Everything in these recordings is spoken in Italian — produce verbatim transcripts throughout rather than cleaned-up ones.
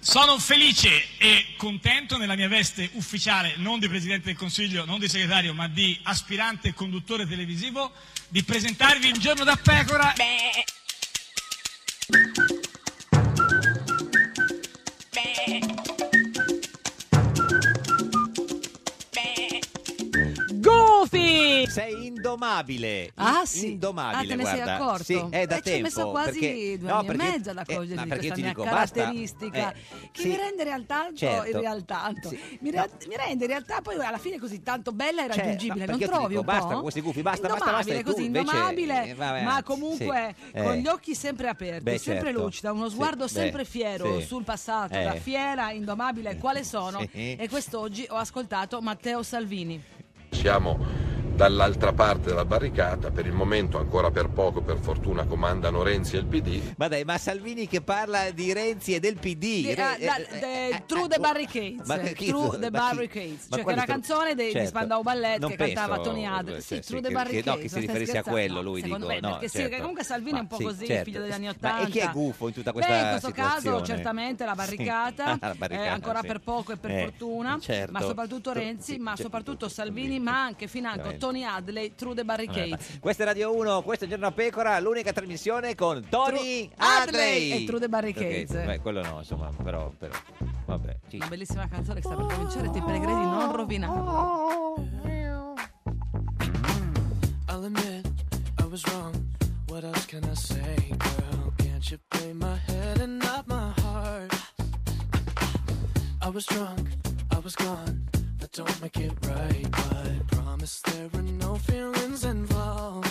Sono felice e contento nella mia veste ufficiale, non di Presidente del Consiglio, non di segretario, ma di aspirante conduttore televisivo, di presentarvi Un giorno da pecora. Beh. Goofy! Sei indomabile. Ah in- sì, indomabile, ah, te ne guarda. sei accorto? Sì, è da eh, tempo. ci hai messo quasi perché, due no, anni perché, e mezzo ad accorgerti eh, ma di perché io questa ti mia dico, basta, caratteristica eh, che sì, mi rende in realtà tanto, certo. in realtà, tanto. Sì, mi, re- mi rende in realtà poi alla fine così tanto bella e Cioè, raggiungibile, no, non perché io ti trovi dico, un basta po'? con questi gufi, basta, basta, basta, Indomabile, e tu così invece, indomabile, eh, vabbè, ma anzi, comunque sì, con eh. gli occhi sempre aperti, Beh, sempre certo. lucida, uno Sì, sguardo beh, sempre fiero sì. sul passato, Eh. da fiera, indomabile, quale sono? Sì. E quest'oggi ho ascoltato Matteo Salvini. Siamo dall'altra parte della barricata, per il momento ancora per poco, per fortuna comandano Renzi e il P D. Ma dai, ma Salvini che parla di Renzi e del P D. Di- Re- ah, da- eh, the- eh, Through eh, the oh, Barricades, ma che- chi- Through ma the chi- Barricades, ma cioè che quale è una tro- canzone dei, di certo. Spandau Ballet Non che cantava penso, Tony Hadley. sì, Sì, sì, Through che- the che- Barricades. no, che si stai riferisse a scherzando? quello, lui, Secondo dico, me, no, perché sì, certo. che comunque Salvini è un po' Ma sì, così, certo. figlio degli anni Ma Ottanta. e chi è gufo in tutta questa Beh, in questo caso situazione? certamente la barricata, Ah, la barricata, eh, ancora sì. per poco e per Eh, fortuna, certo. ma soprattutto Tro- Renzi, sì, ma certo, soprattutto tutto, Salvini, tutto. ma anche financo Veramente. Tony Hadley, Through the Barricades. Questa è Radio uno, questo è Giorno a Pecora, l'unica trasmissione con Tony Through- Hadley Hadley e Through the Barricades. Ok, beh, quello no, insomma, però, però vabbè. Sì. Una bellissima canzone che sta per cominciare, ti pregherei di non rovinarla. I'll admit I was wrong. What else can I say, girl? Can't you play my head and not my heart? I was drunk, I was gone. That don't make it right, but promise there were no feelings involved.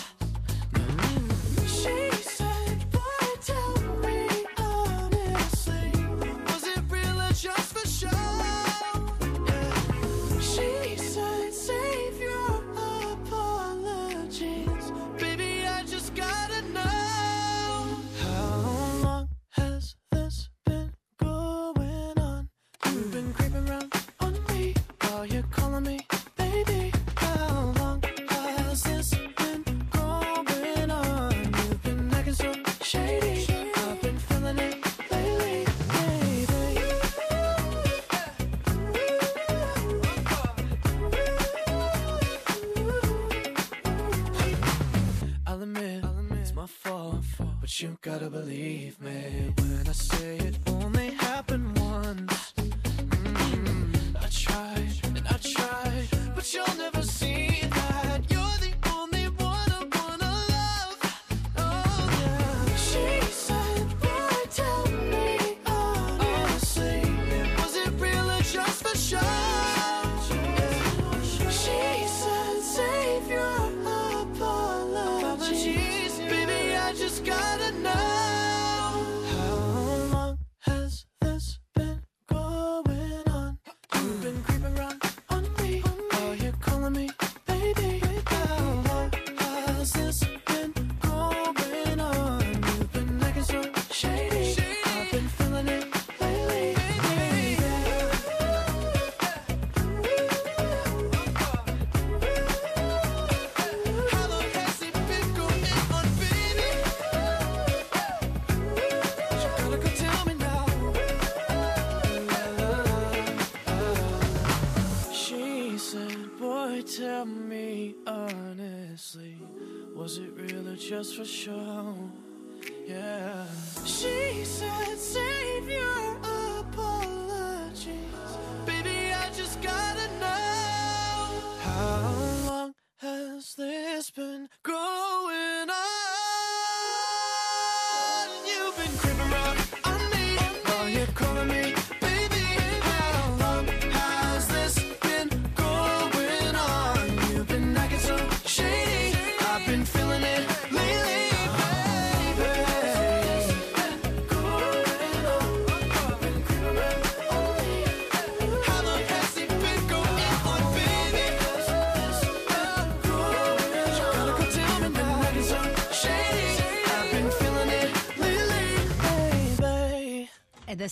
She said, boy, tell me honestly, was it real or just for show? Yeah. She said, save your apologies, baby, I just gotta know. How long has this been going on? You've been creeping around on me while you're calling me baby. How long has this been going on? You've been acting so shady. I've been feeling it lately, baby. I'll admit, it's my fault, but you gotta believe me when I say it only happened once. Mm, I tried and I tried, but you'll never see that. You're the only one I wanna love. Oh yeah. She said, boy, tell me honestly, was it real or just for show? She said, save your apologies, baby, I just gotta know. How long has this been going on? You've been creeping around on me while you're calling me baby. How long has this been going on? You've been acting so shady. I've been feeling it lately, baby. How long has it been going on, baby? You gotta go tell me now. She said, boy, tell me honestly, was it real or just for show? Yeah. She said, save your apologies, baby, I just gotta know. How long has this been going on? You've been creeping around on me while you're calling me baby. How long has this been going on? You've been acting so shady. I've been feeling it lately, baby. Going on.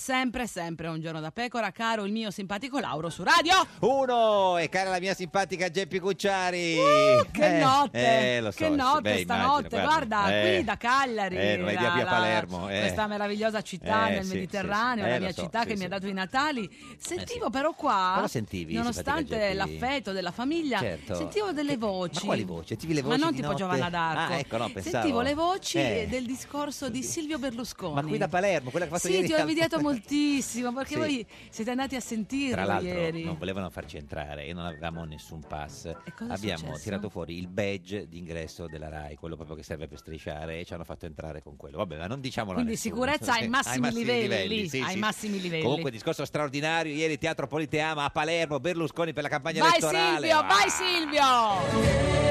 sempre, sempre un giorno da pecora, caro il mio simpatico Lauro su Radio Uno, e cara la mia simpatica Geppi Cucciari. Uh, che Eh, notte, eh, lo so, che sì, notte beh, stanotte, immagino, guarda, eh, qui da Cagliari, eh, non vai via la- via la- Palermo, eh. questa meravigliosa città Eh, nel sì, Mediterraneo, sì, sì. la Eh, mia lo so, città sì, che mi sì. ha dato i Natali. Sentivo sì. però qua, Cosa sentivi, nonostante simpatica Geppi? l'affetto della famiglia, Certo. sentivo delle Che- voci. Ma quali voci? Sentivi le voci Ma non di tipo notte? Giovanna d'Arco. Ah, ecco, no, pensavo. Sentivo le voci Eh. del discorso di Silvio Berlusconi. Ma qui da Palermo, quella che ha fatto Sì, ieri ti ho al- invidiato moltissimo perché Sì. voi siete andati a sentirlo Tra l'altro ieri. non volevano farci entrare e non avevamo nessun pass. cosa è Abbiamo successo? tirato fuori il badge d'ingresso della RAI, quello proprio che serve per strisciare, e ci hanno fatto entrare con quello. Vabbè, ma non diciamolo a Quindi nessuno. sicurezza ai massimi livelli, lì, sì, ai sì. massimi livelli. Comunque discorso straordinario, ieri Teatro Politeama a Palermo, Berlusconi per la campagna Vai elettorale. Silvio, Ah, vai Silvio!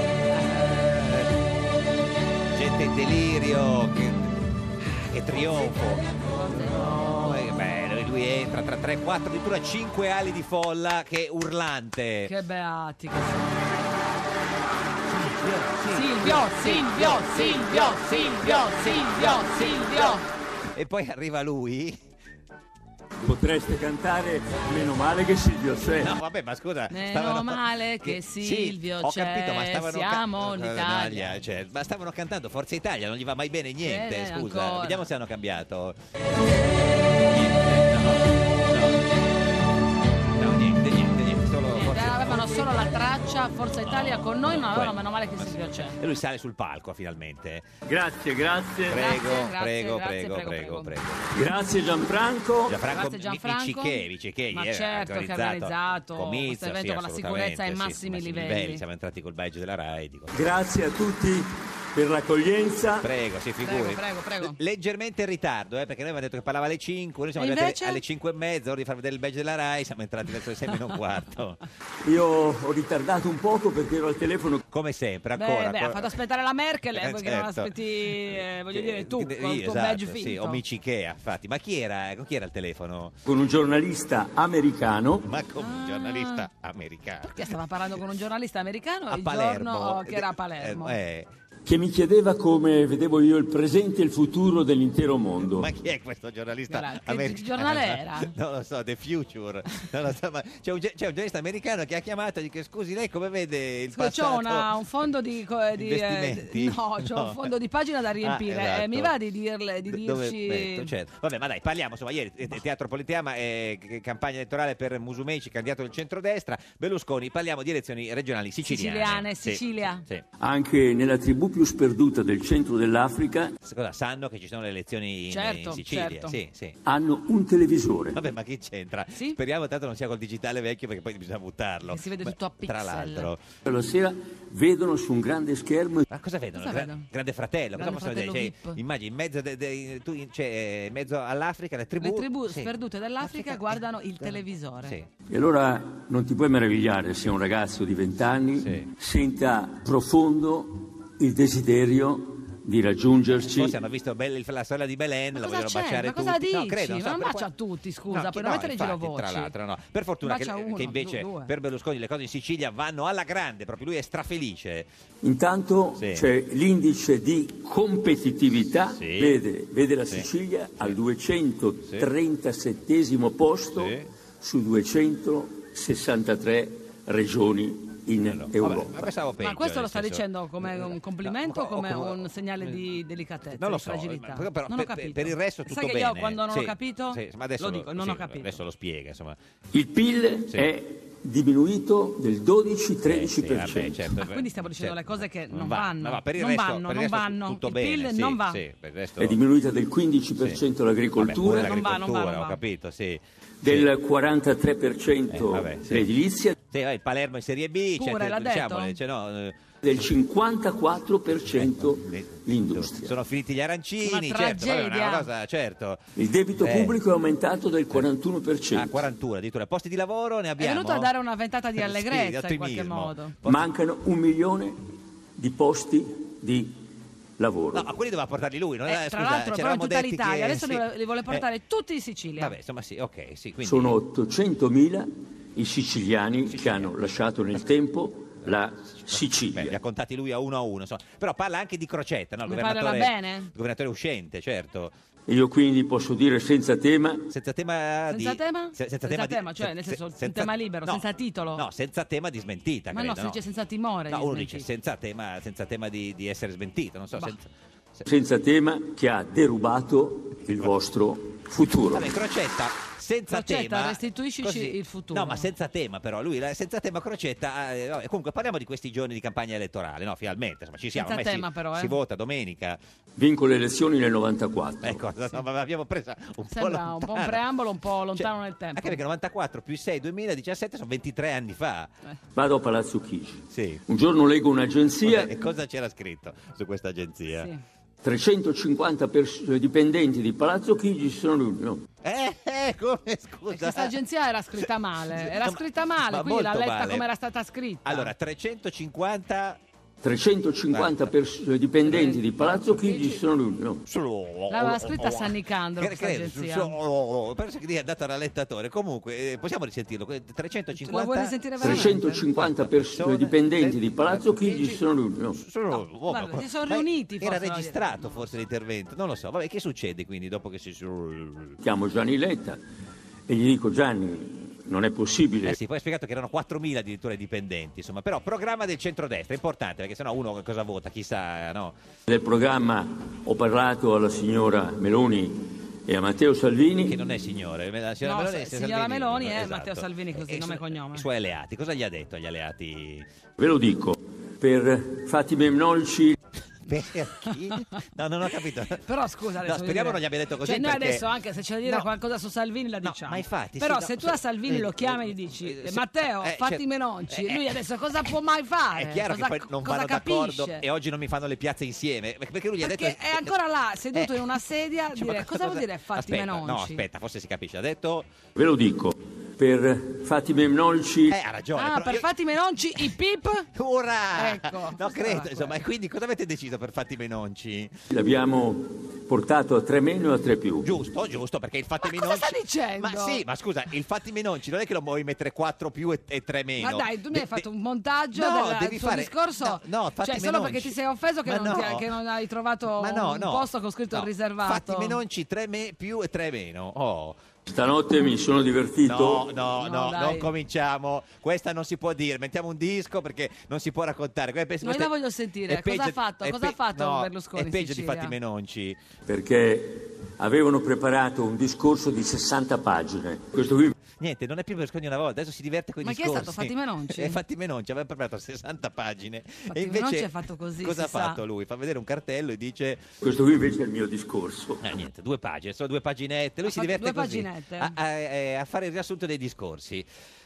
gente in delirio, che, che trionfo. No, eh, beh, lui entra tra tre, quattro, addirittura cinque ali di folla, che urlante. Che beati che Silvio, Silvio, Silvio, Silvio, Silvio, Silvio. E poi arriva lui. Potreste cantare Meno male che Silvio c'è. No, vabbè, ma scusa. Meno stavano- male che Silvio sì, ho c'è, capito, ma stavano ca- siamo eh, l'Italia. cioè, ma stavano cantando Forza Italia, non gli va mai bene niente, Eh, scusa. ancora. Vediamo se hanno cambiato. Niente, no, no. No, niente, niente, niente, solo Niente, Forza- avevano solo la traccia Forza Italia con noi, non avevano quello. meno male che Silvio c'è. E lui sale sul palco finalmente. Grazie, grazie. Prego, grazie, prego, grazie, prego, prego, prego, prego. prego. Grazie Gianfranco. Gianfranco, Grazie Gianfranco. Vici che, Vici che Ma ieri certo ha che ha organizzato comizio, questo evento sì, con la assolutamente, sicurezza ai sì, massimi livelli. livelli. Siamo entrati col badge della RAI. Dico. Grazie a tutti per l'accoglienza. Prego, si figuri. Prego, prego, prego. Leggermente in ritardo, eh, perché noi avevamo detto che parlava alle cinque, noi siamo E arrivati invece? alle cinque e mezza, ora di far vedere il badge della RAI, siamo entrati verso le sei meno un quarto. Io ho ritardato un poco perché ero al telefono. Come sempre, Beh, ancora. beh, ha fatto aspettare la Merkel, Eh, eh, perché non certo. aspetti, eh, voglio dire, tu, Eh, con il tuo esatto, badge sì, finto. Omici infatti. Ma chi era? Con chi era il telefono? Con un giornalista americano. Ma come un giornalista americano. Perché stava parlando con un giornalista americano A il Palermo. giorno che era a Palermo. Eh, eh. Che mi chiedeva come vedevo io il presente e il futuro dell'intero mondo. Ma chi è questo giornalista Guarda, che americano? giornale era? Non lo so, The Future. Non lo so, ma c'è, un, ge- c'è un giornalista americano che ha chiamato e dice: scusi, lei come vede il Scusa, passato? c'ho una- un fondo di, co- di, eh, Investimenti? no, c'ho No. un fondo di pagina da riempire. Ah, esatto. Eh, mi va di dirle di D- dirci dove metto? Certo. Vabbè, ma dai, parliamo. Insomma, ieri eh, Teatro Politeama, eh, c- campagna elettorale per Musumeci, candidato del centrodestra. Berlusconi, parliamo di elezioni regionali siciliane. Siciliane, Sì, Sicilia. sì. Anche nella tribù più sperduta del centro dell'Africa Cosa sanno che ci sono le elezioni in, Certo, in Sicilia? certo. Sì, sì. hanno un televisore. Vabbè, ma chi c'entra? Sì? Speriamo tanto non sia col digitale vecchio, perché poi bisogna buttarlo. Che si vede Ma- tutto a Tra pixel. l'altro. La sera vedono su un grande schermo Ma cosa vedono? Cosa Gra- vedono? Grande fratello, Grande cosa possono vedere? fratello Cioè, V I P. immagini in mezzo, de- de- tu in- cioè, eh, in mezzo all'Africa, le tribù, Le tribù sì. sperdute dell'Africa Africa- guardano il televisore. Sì. E allora non ti puoi meravigliare se un ragazzo di vent'anni Sì. senta profondo il desiderio di raggiungerci. Forse hanno visto Belle- la storia di Belen, Ma la cosa vogliono c'è? baciare Ma cosa tutti. dici? No, credo, non so, Ma non per bacia qua- tutti, scusa, No, puoi no, non mettere in giro infatti, voci. Tra l'altro, no. Per fortuna che, Bacia uno, che invece due. per Berlusconi le cose in Sicilia vanno alla grande, proprio lui è strafelice. Intanto Sì. c'è l'indice di competitività, Sì. vede, vede la Sì. Sicilia al duecentotrentaseiesimo posto Sì. su duecentosessantatré regioni in Allora, Europa. vabbè, ma pensavo peggio, Ma questo lo nel sta senso- dicendo come un complimento No, o come come- un segnale di delicatezza, Non lo di so, fragilità? però, però non per, ho capito. per il resto tutto Sai che bene. io quando non Sì, ho capito sì, ma adesso lo dico, non sì, ho capito. Adesso lo spiega, insomma. Il P I L Sì. è diminuito del dodici-tredici per Eh, sì, vabbè, cento. certo. Ah, quindi stiamo dicendo Certo. le cose che non va, vanno. no, va, per il Non resto, vanno, per il non resto vanno. tutto Il bene, P I L sì, non va. sì, per il resto- È diminuita del quindici per cento Vabbè, l'agricoltura, pure Non va, non va, l'agricoltura, non va. ho capito, sì. del quarantatré per cento Eh, vabbè, sì. l'edilizia, Sì, vai, il Palermo in Serie B, Pure, cioè, l'ha diciamole, detto? cioè, no, eh, del cinquantaquattro per cento eh, l'industria. sono finiti gli arancini, Una certo, vabbè, tragedia. una cosa, certo. Il debito Eh. pubblico è aumentato del quarantuno per Ah, cento. quarantuno addirittura. Posti di lavoro ne È abbiamo? venuto a dare una ventata di Sì, allegrezza in qualche ottimismo. modo. Posti- Mancano un milione di posti di lavoro. No, ma quelli doveva portarli lui, non Eh, era, tra scusa, l'altro, però in c'eravamo tutta detti l'Italia, che- adesso sì. li vuole- li vuole portare Eh, tutti in Sicilia. Vabbè, insomma, sì, ok, sì, quindi Sono ottocentomila i siciliani che hanno lasciato nel tempo la Beh, li Sicilia. ha contati lui a uno a uno, insomma. Però parla anche di Crocetta, no? Il Ne governatore, parlerà bene? il governatore uscente, certo. Io quindi posso dire senza tema. Senza tema di... Senza tema? se- senza Senza tema, tema, di, cioè, se- nel se- senso, un tema libero, senza titolo. No, senza tema di smentita, Ma no, credo, si dice senza timore. No, di uno smentita. dice senza tema, senza tema di, di essere smentito, non so, Bah. senza... se- Senza tema che ha derubato il vostro futuro. Vabbè, Crocetta, senza Crocetta, tema... restituiscici così- il futuro. No, ma senza tema però, lui, la- senza tema Crocetta... eh, vabbè, comunque parliamo di questi giorni di campagna elettorale, no, finalmente, insomma, ci siamo. Senza ormai tema si, però, eh. si vota domenica. Vinco le elezioni nel novantaquattro. Ecco, no, ma l'abbiamo presa un po' Sembra un lontana. po' un preambolo un po' lontano Cioè, nel tempo. Anche perché novantaquattro più sei, duemiladiciassette sono ventitré anni fa. Vado a Palazzo Chigi. Sì. Un giorno leggo un'agenzia, E cosa c'era scritto su questa agenzia? Sì. trecentocinquanta pers- dipendenti di Palazzo Chigi si sono riuniti. No. Eh, eh, come scusa? Questa agenzia era scritta male, era No, ma- scritta male, ma quindi l'ha molto letta male. come era stata scritta. Allora, trecentocinquanta... trecentocinquanta pers- dipendenti di Palazzo Chigi si sono riuniti. No. L'aveva scritta San Nicandro, Cre- questa credo, agenzia. su- su- penso che lì è andato al rallentatore. Comunque, eh, possiamo risentirlo? Que- trecentocinquanta... La vuoi risentire veramente? trecentocinquanta pers- dipendenti di Palazzo Chigi si sono riuniti. No. Sono, oh, guarda, ma- si sono ma riuniti, Era forse, registrato forse l'intervento, non lo so. Vabbè, che succede quindi dopo che si sono... Chiamo Gianni Letta e gli dico: Gianni, non è possibile. Eh sì, poi ha spiegato che erano quattromila addirittura i dipendenti, insomma, però programma del centrodestra, è importante perché sennò uno cosa vota, chissà, no? Nel programma ho parlato alla signora Meloni e a Matteo Salvini. Che non è signore, la signora No, Meloni, se- signora Salvini, Meloni no, è esatto. Matteo Salvini, così, E nome e su- cognome. I suoi alleati, cosa gli ha detto agli alleati? Ve lo dico, per fatti memnolici. Per chi? No, non ho capito. Però scusa adesso No, speriamo dire- non gli abbia detto così, Cioè noi perché- adesso anche se c'è da dire No. qualcosa su Salvini la No, diciamo. ma infatti, Però sì, se no, tu a se- Salvini eh, lo chiami e gli eh, dici eh, Matteo, eh, fatti certo. menonci, Eh, lui adesso cosa può mai fare? È chiaro cosa, che poi non cosa vanno capisce? d'accordo e oggi non mi fanno le piazze insieme. Perché lui gli ha Perché detto... è ancora là, seduto Eh. in una sedia, a Cioè, ma dire cosa vuol dire fatti aspetta, menonci? No, aspetta, forse si capisce. Ha detto... Ve lo dico, per fatti memnolici. Eh, ha ragione. Ah, però per io- fatti menonci i pip? Ura! Ecco, No, questa credo, era insomma, quella. e quindi cosa avete deciso per fatti menonci? L'abbiamo portato a tre meno e a tre più. Giusto, giusto, perché il fatti Ma cosa menonci... stai dicendo? Ma sì, ma scusa, il fatti menonci non è che lo vuoi mettere quattro più e, e tre meno. Ma dai, tu mi De- hai fatto de- un montaggio No, del devi suo fare- discorso? no, no, fatti cioè, solo menonci. perché ti sei offeso che, Ma non, ti- no. che non hai trovato Ma no, un no. posto con scritto No, riservato. Fatti menonci tre me- più e tre meno. Oh. Stanotte mi sono divertito. No, no, No, no, dai. non cominciamo. Questa non si può dire. Mettiamo un disco perché non si può raccontare. Que- No, io questa- la voglio sentire. è Cosa ha peggio- fatto? è Cosa ha fatto no, Berlusconi È in peggio di Sicilia? fatti menonci. Perché avevano preparato un discorso di sessanta pagine. Questo qui Niente, non è più Berlusconi una volta, adesso si diverte con i Ma chi è discorsi. stato? Fatti Menonci? È Fatti Menonci, aveva preparato sessanta pagine. e Menonci invece è fatto così, cosa si ha sa. fatto lui? Fa vedere un cartello e dice Questo qui invece è il mio discorso. eh, niente, due pagine, sono due paginette. Lui Ha si fatto diverte due così paginette. a, a- eh, a fare il riassunto dei discorsi.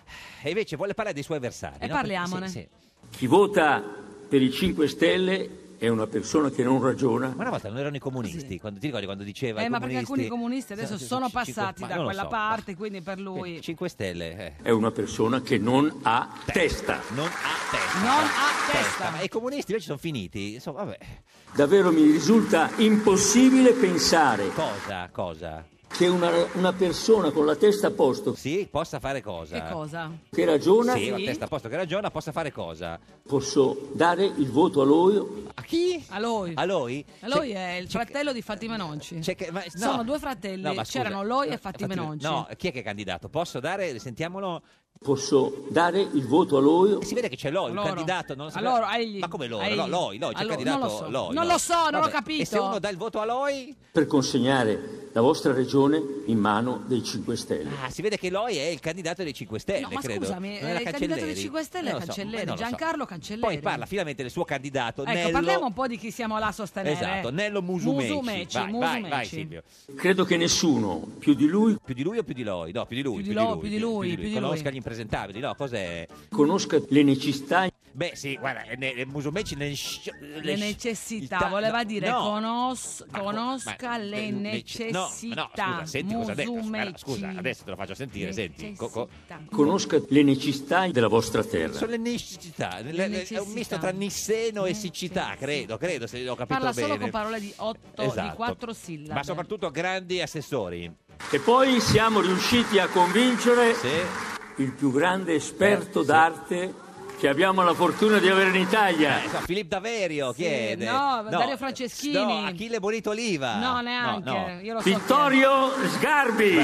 E invece vuole parlare dei suoi avversari. E no? parliamone. Sì, sì. Chi vota per i cinque Stelle è una persona che non ragiona. Ma una volta non erano i comunisti, Sì. quando, ti ricordi quando diceva Eh, i ma perché comunisti... alcuni comunisti adesso Sì, sono sì, cinque- passati ma da non lo quella so, parte, ma- quindi per lui cinque Stelle eh. È una persona che non ha testa. non ha testa. non ha testa. Ma i comunisti invece sono finiti. Insomma, vabbè. Davvero mi risulta impossibile pensare Cosa? Cosa? che una, una persona con la testa a posto, Sì, possa fare cosa? Che cosa? che ragiona, Sì, la Sì. testa a posto che ragiona, possa fare cosa? posso dare il voto a lui. A chi? A lui. A lui? Lui C'è- è il c'è- fratello di Fatti Menonci. c'è che- ma- no. Sono due fratelli, No, ma scusa. c'erano Loi e No, Fatti Menonci. No, chi è che è candidato? Posso dare, sentiamolo. Posso dare il voto a lui. E si vede che c'è Loi, il Loro. candidato. Non lo A sapeva- loro, a egli. Ma come loro? A egli. No, Loi, Loi, c'è A il loro, candidato non lo so. Loi. Non Loi. lo so, non l'ho Vabbè, capito. E se uno dà il voto a Loi? Per consegnare la vostra regione in mano dei cinque Stelle. Ah, si vede che Loi è il candidato dei cinque Stelle, No, ma credo. scusami, Non è era il candidato Cancelleri? dei cinque Stelle, Eh, non lo so, Cancelleri, eh, non lo so. Giancarlo Cancelleri. Poi parla finalmente del suo candidato, Ecco, Nello... parliamo un po' di chi siamo là a sostenere. Esatto, Nello Musumeci. Musumeci, vai, vai, vai, Musumeci. Silvio. Credo che nessuno più di lui Più di lui o più di Loi? No, più di lui. Più di Lo- più di lui, più di lui. Conosca gli impresentabili, no? Cos'è? conosca le necessità. Beh, sì, guarda, ne, ne, Musumeci ne, Le necessità, il ta- voleva no, dire no. conos- Ma co- conosca ma- le no, necessità. No, scusa, senti cosa ha detto. Allora, Musumeci. scusa, adesso te lo faccio sentire, senti. Co- co- Necessità. Conosca le necessità della vostra terra. Sono le necessità, le- le- è un necessità. misto tra nisseno e siccità, Necessità. credo, credo, se ho capito Parla bene. solo con parole di otto, di Esatto. quattro sillabe. Ma soprattutto grandi assessori. E poi siamo riusciti a convincere Sì. il più grande esperto Eh, sì. d'arte che abbiamo la fortuna di avere in Italia. Eh, so, Filippo Daverio Sì, chiede. no, Dario Franceschini. No, Achille Bonito Oliva. No, neanche. No, no. Io lo so Vittorio Sgarbi.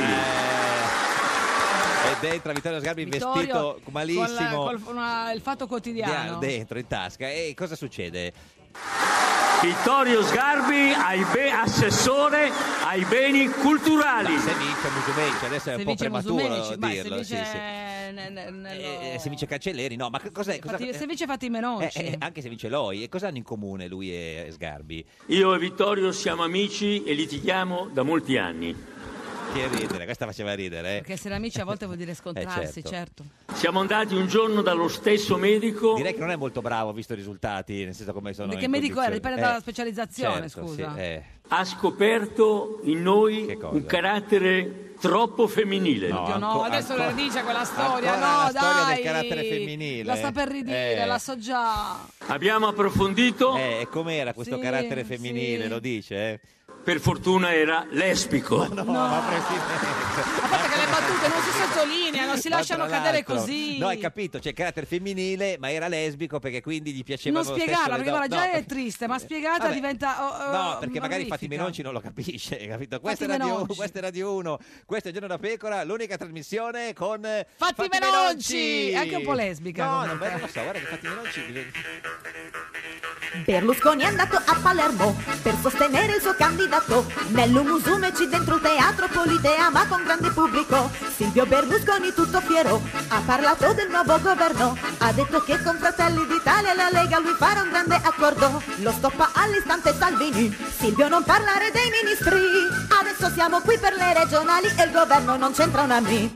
E dentro Vittorio Sgarbi Vittorio vestito malissimo. Col, col, una, il Fatto Quotidiano. Dentro, in tasca. E cosa succede? Vittorio Sgarbi, ai be- assessore ai beni culturali. No, se vince Musumeci, adesso è Se un po' vince prematuro Musumeci, ma dirlo. se vince, sì, sì. ne- ne- nello- Eh, se vince Cancelleri, no, ma che cos'è? Cosa... Fatti- se vince Fatime Nocci. Eh, eh, anche se vince Loi, e cosa hanno in comune lui e Sgarbi? Io e Vittorio siamo amici e litighiamo da molti anni. Che ridere, questa faceva ridere. Eh? Perché essere amici a volte vuol dire scontrarsi, Eh, certo. certo. Siamo andati un giorno dallo stesso medico. Direi che non è molto bravo visto i risultati, nel senso come sono. Di che in medico era? condizioni. Dipende dalla Eh, specializzazione, certo, scusa. sì, eh. Ha scoperto in noi Che cosa? un carattere troppo femminile. No, Oddio, no, anco- adesso ancora- la dice quella storia, ancora no, la storia dai. del carattere femminile. La sta per ridire, Eh. la so già. Abbiamo approfondito, Eh, e com'era questo Sì, carattere femminile, sì. lo dice? Eh? per fortuna era lesbico. No, ma presidente. A parte che le battute non si sottolineano, si Ma lasciano tra cadere l'altro- così. No, hai capito, c'è carattere femminile, ma era lesbico perché quindi gli piaceva Non spiegarla, perché guarda, già è triste. triste, ma spiegata Vabbè. diventa. oh, oh, No, perché magari orrifica. Fatime Nonci non lo capisce, capito? Questo è, Fatime Radio, Nonci. questo è Radio uno, questo è Giorno da Pecora, l'unica trasmissione con eh, Fatime Nonci! Anche un po' lesbica, No, no, comunque. beh, non lo so, guarda che Fatime Nonci... Berlusconi è andato a Palermo per sostenere il suo candidato. Nello Musumeci dentro il teatro Politea, ma con grande pubblico. Silvio Berlusconi tutto fiero ha parlato del nuovo governo. Ha detto che con Fratelli d'Italia e la Lega lui farà un grande accordo. Lo stoppa all'istante Salvini. Silvio, non parlare dei ministri. Adesso siamo qui per le regionali e il governo non c'entra una mi.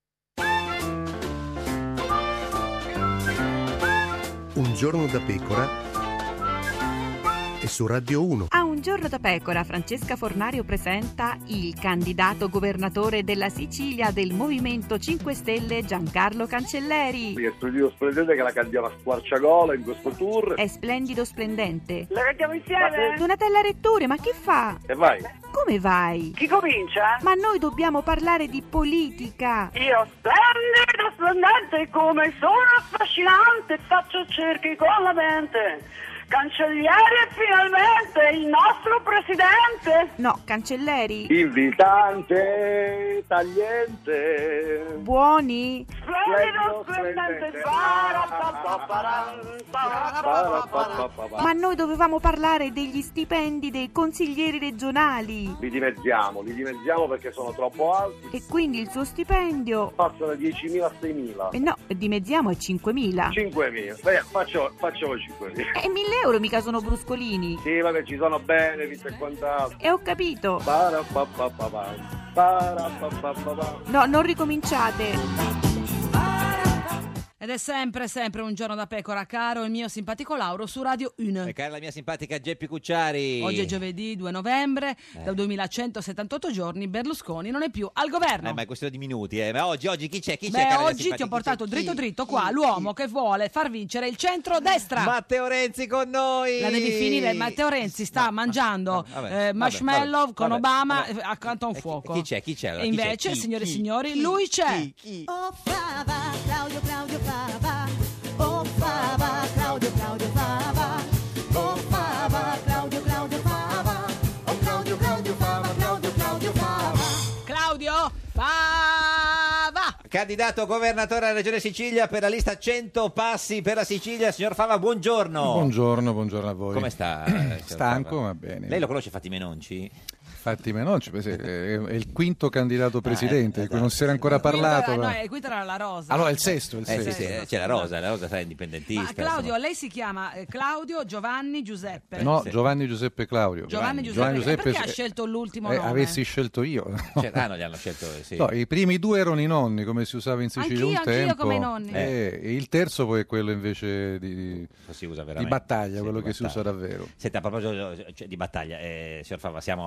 Un giorno da pecora e su Radio uno. A Un giorno da pecora, Francesca Fornario presenta il candidato governatore della Sicilia del Movimento cinque Stelle, Giancarlo Cancelleri. È studio splendente che la candiamo a squarciagola in questo tour. È splendido splendente. La cantiamo insieme? Donatella Rettore, ma che fa? E vai. Come vai? Chi comincia? Ma noi dobbiamo parlare di politica. Io splendido, splendente, come sono affascinante, faccio cerchi con la mente. Cancellieri è finalmente il nostro presidente. No, Cancelleri. Invitante, tagliente. Buoni. Splendido, splendente. Ma noi dovevamo parlare degli stipendi dei consiglieri regionali. Li dimezziamo, li dimezziamo perché sono troppo alti. E quindi il suo stipendio? Passano da diecimila a seimila. Eh no, dimezziamo è cinquemila. cinquemila. Beh, faccio, facciamo cinquemila. E mille euro mica sono bruscolini. Sì, vabbè, ci sono benefit e quant'altro. E ho capito. Parapapapapam, parapapapapam. No, non ricominciate. Ed è sempre, sempre un giorno da pecora, caro il mio simpatico Lauro su Radio uno. E cara la mia simpatica Geppi Cucciari. Oggi è giovedì due novembre, Eh. da duemilacentosettantotto giorni Berlusconi non è più al governo. Eh, ma è questione di minuti, eh. Ma oggi, oggi chi c'è? Chi c'è, Beh, cara la oggi simpatica? ti ho Chi portato c'è? dritto Chi? dritto qua Chi? l'uomo che vuole far vincere il centro-destra. Matteo Renzi con noi. La devi finire, Matteo Renzi sta No, mangiando vabbè, eh, vabbè, marshmallow vabbè, con vabbè, Obama vabbè. eh, accanto a un E chi- fuoco. chi c'è? Chi c'è allora? E Chi c'è? invece, Chi? signore e Chi? signori, Chi? lui c'è. Chi? Chi? Oh Fava, Claudio, Claudio Fava. Oh Fava, Claudio, Claudio Fava. Oh Fava, Claudio, Claudio Fava. Oh Claudio, Claudio Fava, Claudio, Claudio Fava. Claudio Fava. Candidato governatore della Regione Sicilia per la lista cento passi per la Sicilia, signor Fava, buongiorno. Buongiorno, buongiorno a voi. Come sta? signor Stanco, Fava? ma bene. Lei lo conosce Fatime Nonci? Fatime Nonci, è è il quinto candidato presidente, eh, di cui non si era ancora Qui parlato. era- ma- no, eh, qui era la Rosa. Allora, il sesto, il Eh sì, sesto. sì, eh, c'è la Rosa, la Rosa sarà Ma indipendentista. Claudio, lei si chiama eh, Claudio Giovanni Giuseppe. No, sì. Giovanni Giuseppe Claudio. Giovanni Giuseppe. Giuseppe, E perché ha se- scelto l'ultimo eh, nome? avessi scelto io. Cioè, ah, no, gli hanno scelto, sì. No, i primi due erano i nonni, come si usava in Sicilia Anch'io, un anch'io tempo. come i nonni. Eh, e il terzo poi è quello invece di, si usa di veramente. battaglia, Sì, quello di che si battaglia. usa davvero. Senta, a proposito cioè, di battaglia, eh, signor Fava, siamo a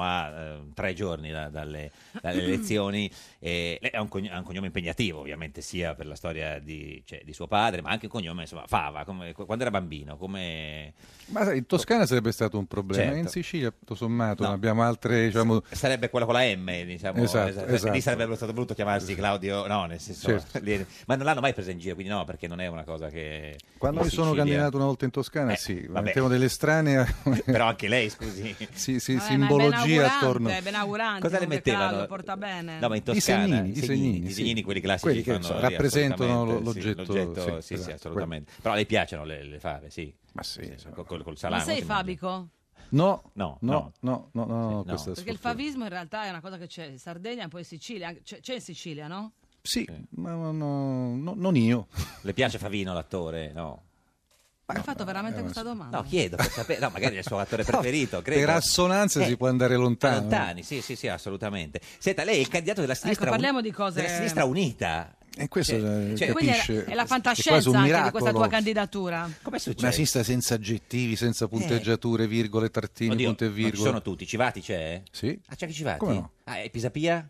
eh, tre giorni da- dalle, dalle elezioni. E lei ha un, cogn- ha un cognome impegnativo, ovviamente, sia per la storia di, cioè, di suo padre, ma anche un cognome, insomma, Fava, come- quando era bambino, come... Ma sai, in Toscana sarebbe stato un problema, Certo. in Sicilia tutto sommato No. abbiamo altre, diciamo... Sarebbe quella con la M, diciamo. Esatto, esatto. esatto. Lì sarebbe stato voluto chiamarsi Claudio, no, nel senso... Certo. lì- ma non l'hanno mai presa in giro, quindi no, perché non è una cosa che... Quando in mi sono Sicilia- candidato una volta in Toscana, Eh, sì, vabbè. mettevo delle strane... Però anche lei, scusi. sì, sì, Vabbè, ma è simbologia benaugurante, attorno... è benaugurante, Cosa le comunque, mettevano? Carlo, porta bene. No, ma in I Toscana segnini, i disegnini, segnini, disegnini, sì. quelli classici Quelli che, fanno so, lì, rappresentano assolutamente, l'oggetto, sì, l'oggetto, sì, sì, sì, esatto, assolutamente. Però le piacciono le, le fave, sì. Ma sì, Col, col, col Ma salame. sei si mangia. fabico? No, No, no, no, no, no, no, no. questa Perché il sfortuna. favismo in realtà è una cosa che c'è in Sardegna e poi in Sicilia, anche- c'è, c'è in Sicilia, no? Sì, ma no, no, no, non io. Le piace Favino, l'attore? No. Hai fatto veramente questa domanda? No, chiedo per sapere. No, magari è il suo attore preferito, credo. Per assonanza Eh, si può andare lontano. Lontani, sì, sì, sì, assolutamente. Senta, lei è il candidato della sinistra, Ecco, parliamo uni- di cose- della sinistra unita. E questo Cioè, eh, cioè- Quindi è, capisce. è la è fantascienza quasi un anche di questa miracolo. tua candidatura. Come succede? Una sinistra senza aggettivi, senza punteggiature, virgole, trattini, Oddio, punti e non ci virgole. sono tutti. Civati c'è? Sì. Ah, c'è anche Civati? Come no? Ah, e Pisapia?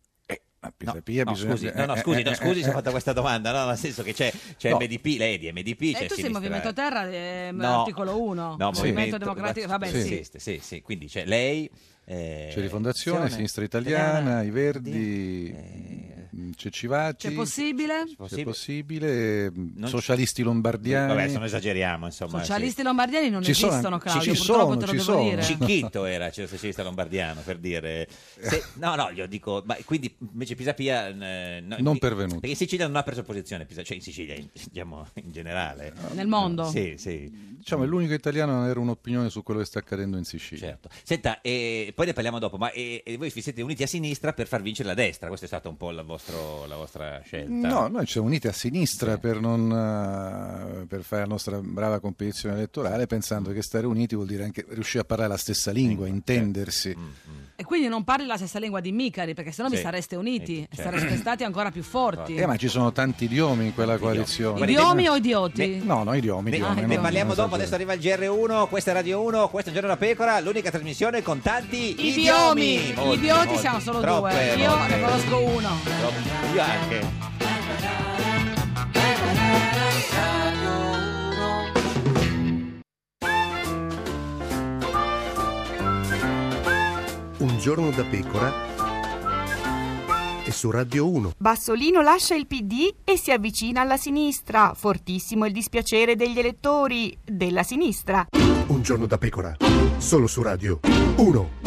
Ma Pisapia no, bisogna- scusi, no, no, eh, scusi, eh, no, eh, scusi se ho eh, fatto questa domanda, no, nel senso che c'è, c'è No. M D P, lei è di M D P, c'è E tu sei sinistra- Movimento Terra, eh, No. articolo uno, No, Movimento Democratico, vabbè sì. sì. Esiste, sì, sì, quindi c'è lei... eh, C'è Rifondazione, Azione Sinistra Italiana, i Verdi, eh, c'è Civati, C'è possibile? c'è possibile, Socialisti Lombardiani. Vabbè, se non esageriamo, insomma. Socialisti lombardiani non Ci sono- esistono, ci- Claudio, ci purtroppo sono, te lo ci devo sono. dire. Cicchitto era il socialista lombardiano, per dire. Se- no, no, glielo dico. Ma quindi invece Pisapia. eh, no, Non in- pervenuto. Perché in Sicilia non ha preso posizione, Pisa- cioè in Sicilia, in, diciamo, in generale. Nel mondo? Sì, sì. Diciamo, è l'unico italiano a non avere un'opinione su quello che sta accadendo in Sicilia. Certo. Senta, e poi ne parliamo dopo, ma e, e voi vi siete uniti a sinistra per far vincere la destra? Questa è stata un po' la, vostro- la vostra scelta. No, noi ci siamo uniti a sinistra per, non, eh, per fare la nostra brava competizione elettorale, pensando che stare uniti vuol dire anche riuscire a parlare la stessa lingua, intendersi. E quindi non parli la stessa lingua di Micari, perché sennò vi Sì. sareste uniti, e certo. sareste stati ancora più forti. Eh, ma ci sono tanti idiomi in quella coalizione. Idiomi o idioti? No, no, idiomi. Ne, idiomi ne no, parliamo non dopo, adesso arriva il G R uno, questa è Radio uno, questo è Un Giorno da Pecora, l'unica trasmissione con tanti Idiomi! idiomi. Gli Molti, idioti molti. siamo solo Troppe due, io volte. ne conosco uno. Troppo. Io anche. Un giorno da pecora e su Radio uno. Bassolino lascia il P D e si avvicina alla sinistra. Fortissimo il dispiacere degli elettori della sinistra. Un giorno da pecora, solo su Radio uno.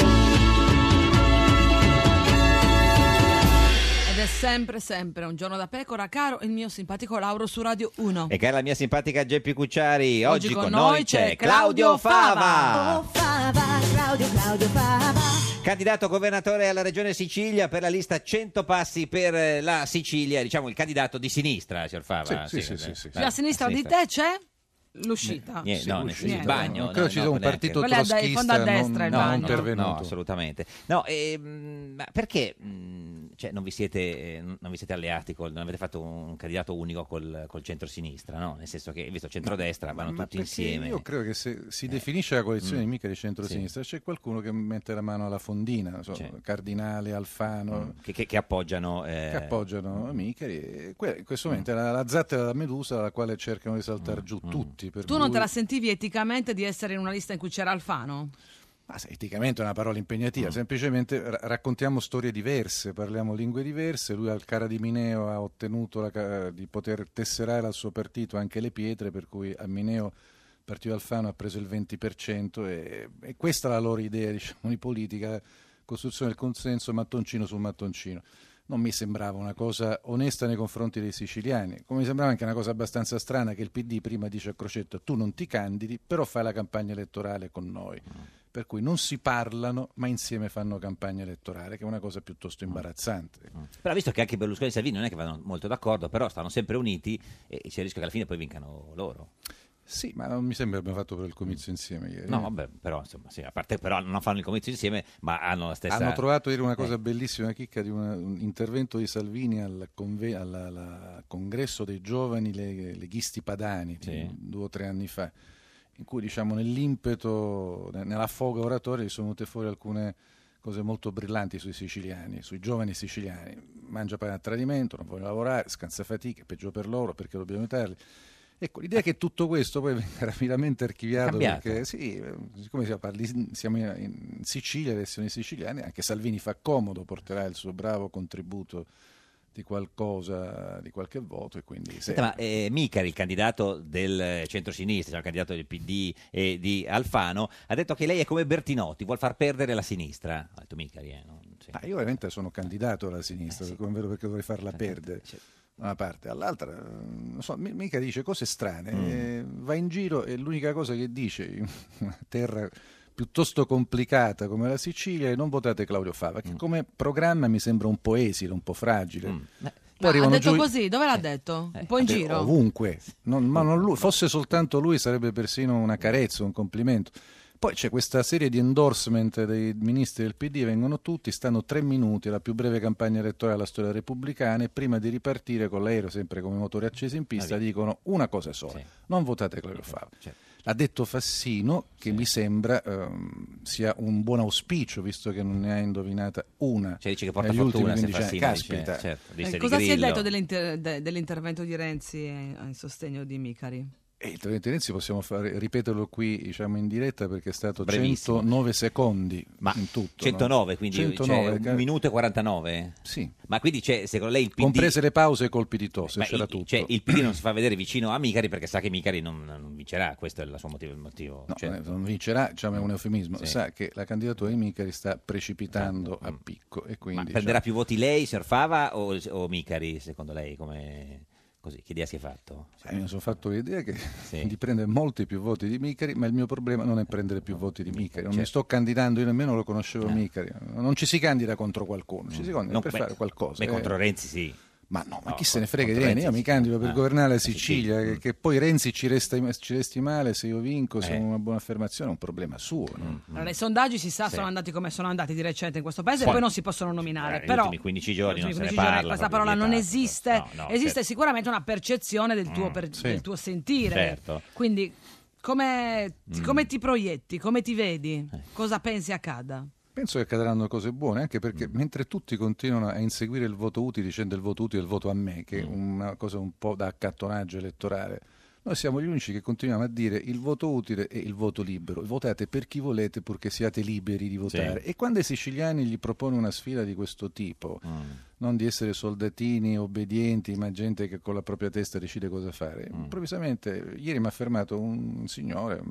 Ed è sempre, sempre un giorno da pecora, caro il mio simpatico Lauro su Radio uno. E cara la mia simpatica Geppi Cucciari, oggi, Oggi con, con noi noi c'è c'è Claudio Claudio Fava. Fava. Oh Fava, Claudio, Claudio Fava. Candidato governatore alla regione Sicilia per la lista cento passi per eh, la Sicilia, diciamo il candidato di sinistra, signor Fava. Sì, sì, sì, sì, sì. A sinistra di te c'è l'uscita. Niente, Sì, no, nel uscito. senso, il bagno. Non credo ci sia un neanche. partito Quello è da- in trotschista fondo a destra, il non, bagno. non intervenuto. No, assolutamente. No, ehm, ma perché mh, cioè, non, vi siete, eh, non vi siete alleati, col, non avete fatto un candidato unico col, col centro-sinistra, no? Nel senso che, visto centrodestra, vanno Ma tutti perché insieme. Io credo che se si definisce la coalizione Mm. mica di centro-sinistra, c'è qualcuno che mette la mano alla fondina, non so, Cardinale, Alfano, Che, che- che appoggiano. eh, che appoggiano Micari. E que- in questo momento è la, la zattera della Medusa alla quale cercano di saltare giù tutti. Per Tu non cui- te la sentivi eticamente di essere in una lista in cui c'era Alfano? Ma se eticamente è una parola impegnativa, Mm. semplicemente ra- raccontiamo storie diverse, parliamo lingue diverse. Lui al Cara di Mineo ha ottenuto la ca- di poter tesserare al suo partito anche le pietre, per cui a Mineo il partito Alfano ha preso il venti per cento e, e questa è la loro idea, diciamo, di politica, costruzione del consenso mattoncino su mattoncino. Non mi sembrava una cosa onesta nei confronti dei siciliani, come mi sembrava anche una cosa abbastanza strana che il P D prima dice a Crocetta tu non ti candidi, però fai la campagna elettorale con noi. Per cui non si parlano, ma insieme fanno campagna elettorale, che è una cosa piuttosto imbarazzante. Però visto che anche Berlusconi e Salvini non è che vanno molto d'accordo, però stanno sempre uniti e c'è il rischio che alla fine poi vincano loro. Sì, ma non mi sembra che abbiamo fatto per il comizio insieme ieri. No, vabbè, però insomma, sì, a parte però non fanno il comizio insieme, ma hanno la stessa. Hanno trovato ieri una cosa Eh. bellissima, una chicca di una- un intervento di Salvini al, conve- alla- alla congresso dei giovani le- leghisti padani di Sì. due o tre anni fa, in cui diciamo nell'impeto, ne- nella foga oratoria, gli sono venute fuori alcune cose molto brillanti sui siciliani, sui giovani siciliani. Mangia pane a tradimento, non vogliono lavorare, scansa fatica, è peggio per loro perché dobbiamo aiutarli. Ecco, l'idea che tutto questo poi venga rapidamente archiviato, Cambiato. perché sì, siccome siamo, parli, siamo in Sicilia, elezioni siciliane, anche Salvini fa comodo, porterà il suo bravo contributo di qualcosa, di qualche voto e quindi... Senta, ma eh, Micari, il candidato del centro-sinistra, cioè il candidato del P D e di Alfano, ha detto che lei è come Bertinotti, vuol far perdere la sinistra. Ha detto Micari, eh, non... sì. Ah, io veramente sono candidato alla sinistra, eh, sì. Non vedo perché dovrei farla perdere. Sì. Da una parte, all'altra, non so, mica dice cose strane, mm. eh, va in giro e l'unica cosa che dice in una terra piuttosto complicata come la Sicilia è non votate Claudio Fava, che mm. come programma mi sembra un po' esile, un po' fragile. Mm. Poi ha detto giù... così, dove l'ha detto? Un po' in Beh, giro? Ovunque, non, ma non lui, fosse soltanto lui sarebbe persino una carezza, un complimento. Poi c'è questa serie di endorsement dei ministri del P D, vengono tutti, stanno tre minuti, la più breve campagna elettorale della storia repubblicana, e prima di ripartire con l'aereo, sempre come motori accesi in pista, ah, dicono una cosa sola, sì. non votate Claudio Fava. Certo. L'ha detto Fassino, che sì. mi sembra ehm, sia un buon auspicio, visto che non ne ha indovinata una. Cioè dice che porta fortuna se Fassino Caspita. Dice, certo, eh, cosa si è detto dell'inter- de- dell'intervento di Renzi in sostegno di Micari? E il intervento di Renzi possiamo fare, ripeterlo qui, diciamo, in diretta, perché è stato brevissimo. centonove secondi ma in tutto. centonove, no? Quindi centonove, cioè, un minuto e quarantanove? Sì. Ma quindi c'è, secondo lei il P D... Comprese le pause e i colpi di tosse, c'era il, tutto. Cioè, il P D non si fa vedere vicino a Micari perché sa che Micari non, non vincerà, questo è il suo motivo. Il motivo. No, cioè... non vincerà, diciamo, è un eufemismo. Sì. Sa che la candidatura di Micari sta precipitando sì. a picco. E quindi, ma prenderà diciamo... più voti lei, signor Fava, o, o Micari, secondo lei? Come... Così, che idea si è fatto? Eh, mi sono fatto l'idea che sì. di prendere molti più voti di Micari, ma il mio problema non è prendere più voti di Micari. Non certo. mi sto candidando, io nemmeno lo conoscevo eh. Micari. Non ci si candida contro qualcuno, ci si candida non, per beh, fare qualcosa. Beh, eh. contro Renzi sì. Ma no, ma no, chi se ne frega di Renzi? Io mi candido per ah, governare la Sicilia, Sicilia. Che, che poi Renzi ci, resta, ci resti male se io vinco, eh. se è una buona affermazione, è un problema suo. No? Allora, i sondaggi si sa sì. sono andati come sono andati di recente in questo paese, e poi non si possono nominare. Eh, però negli ultimi quindici giorni non se ne giorni, parla. Questa parola non esiste, no, no, esiste certo. sicuramente una percezione del tuo, per, sì. del tuo sentire. Certo. Quindi come, mm. come ti proietti, come ti vedi, eh. cosa pensi accada? Penso che accadranno cose buone, anche perché mm. mentre tutti continuano a inseguire il voto utile dicendo il voto utile e il voto a me, che è mm. una cosa un po' da accattonaggio elettorale, noi siamo gli unici che continuiamo a dire il voto utile e il voto libero. Votate per chi volete purché siate liberi di votare. Sì. E quando ai siciliani gli propone una sfida di questo tipo, mm. non di essere soldatini obbedienti, ma gente che con la propria testa decide cosa fare, mm. improvvisamente, ieri mi ha fermato un signore...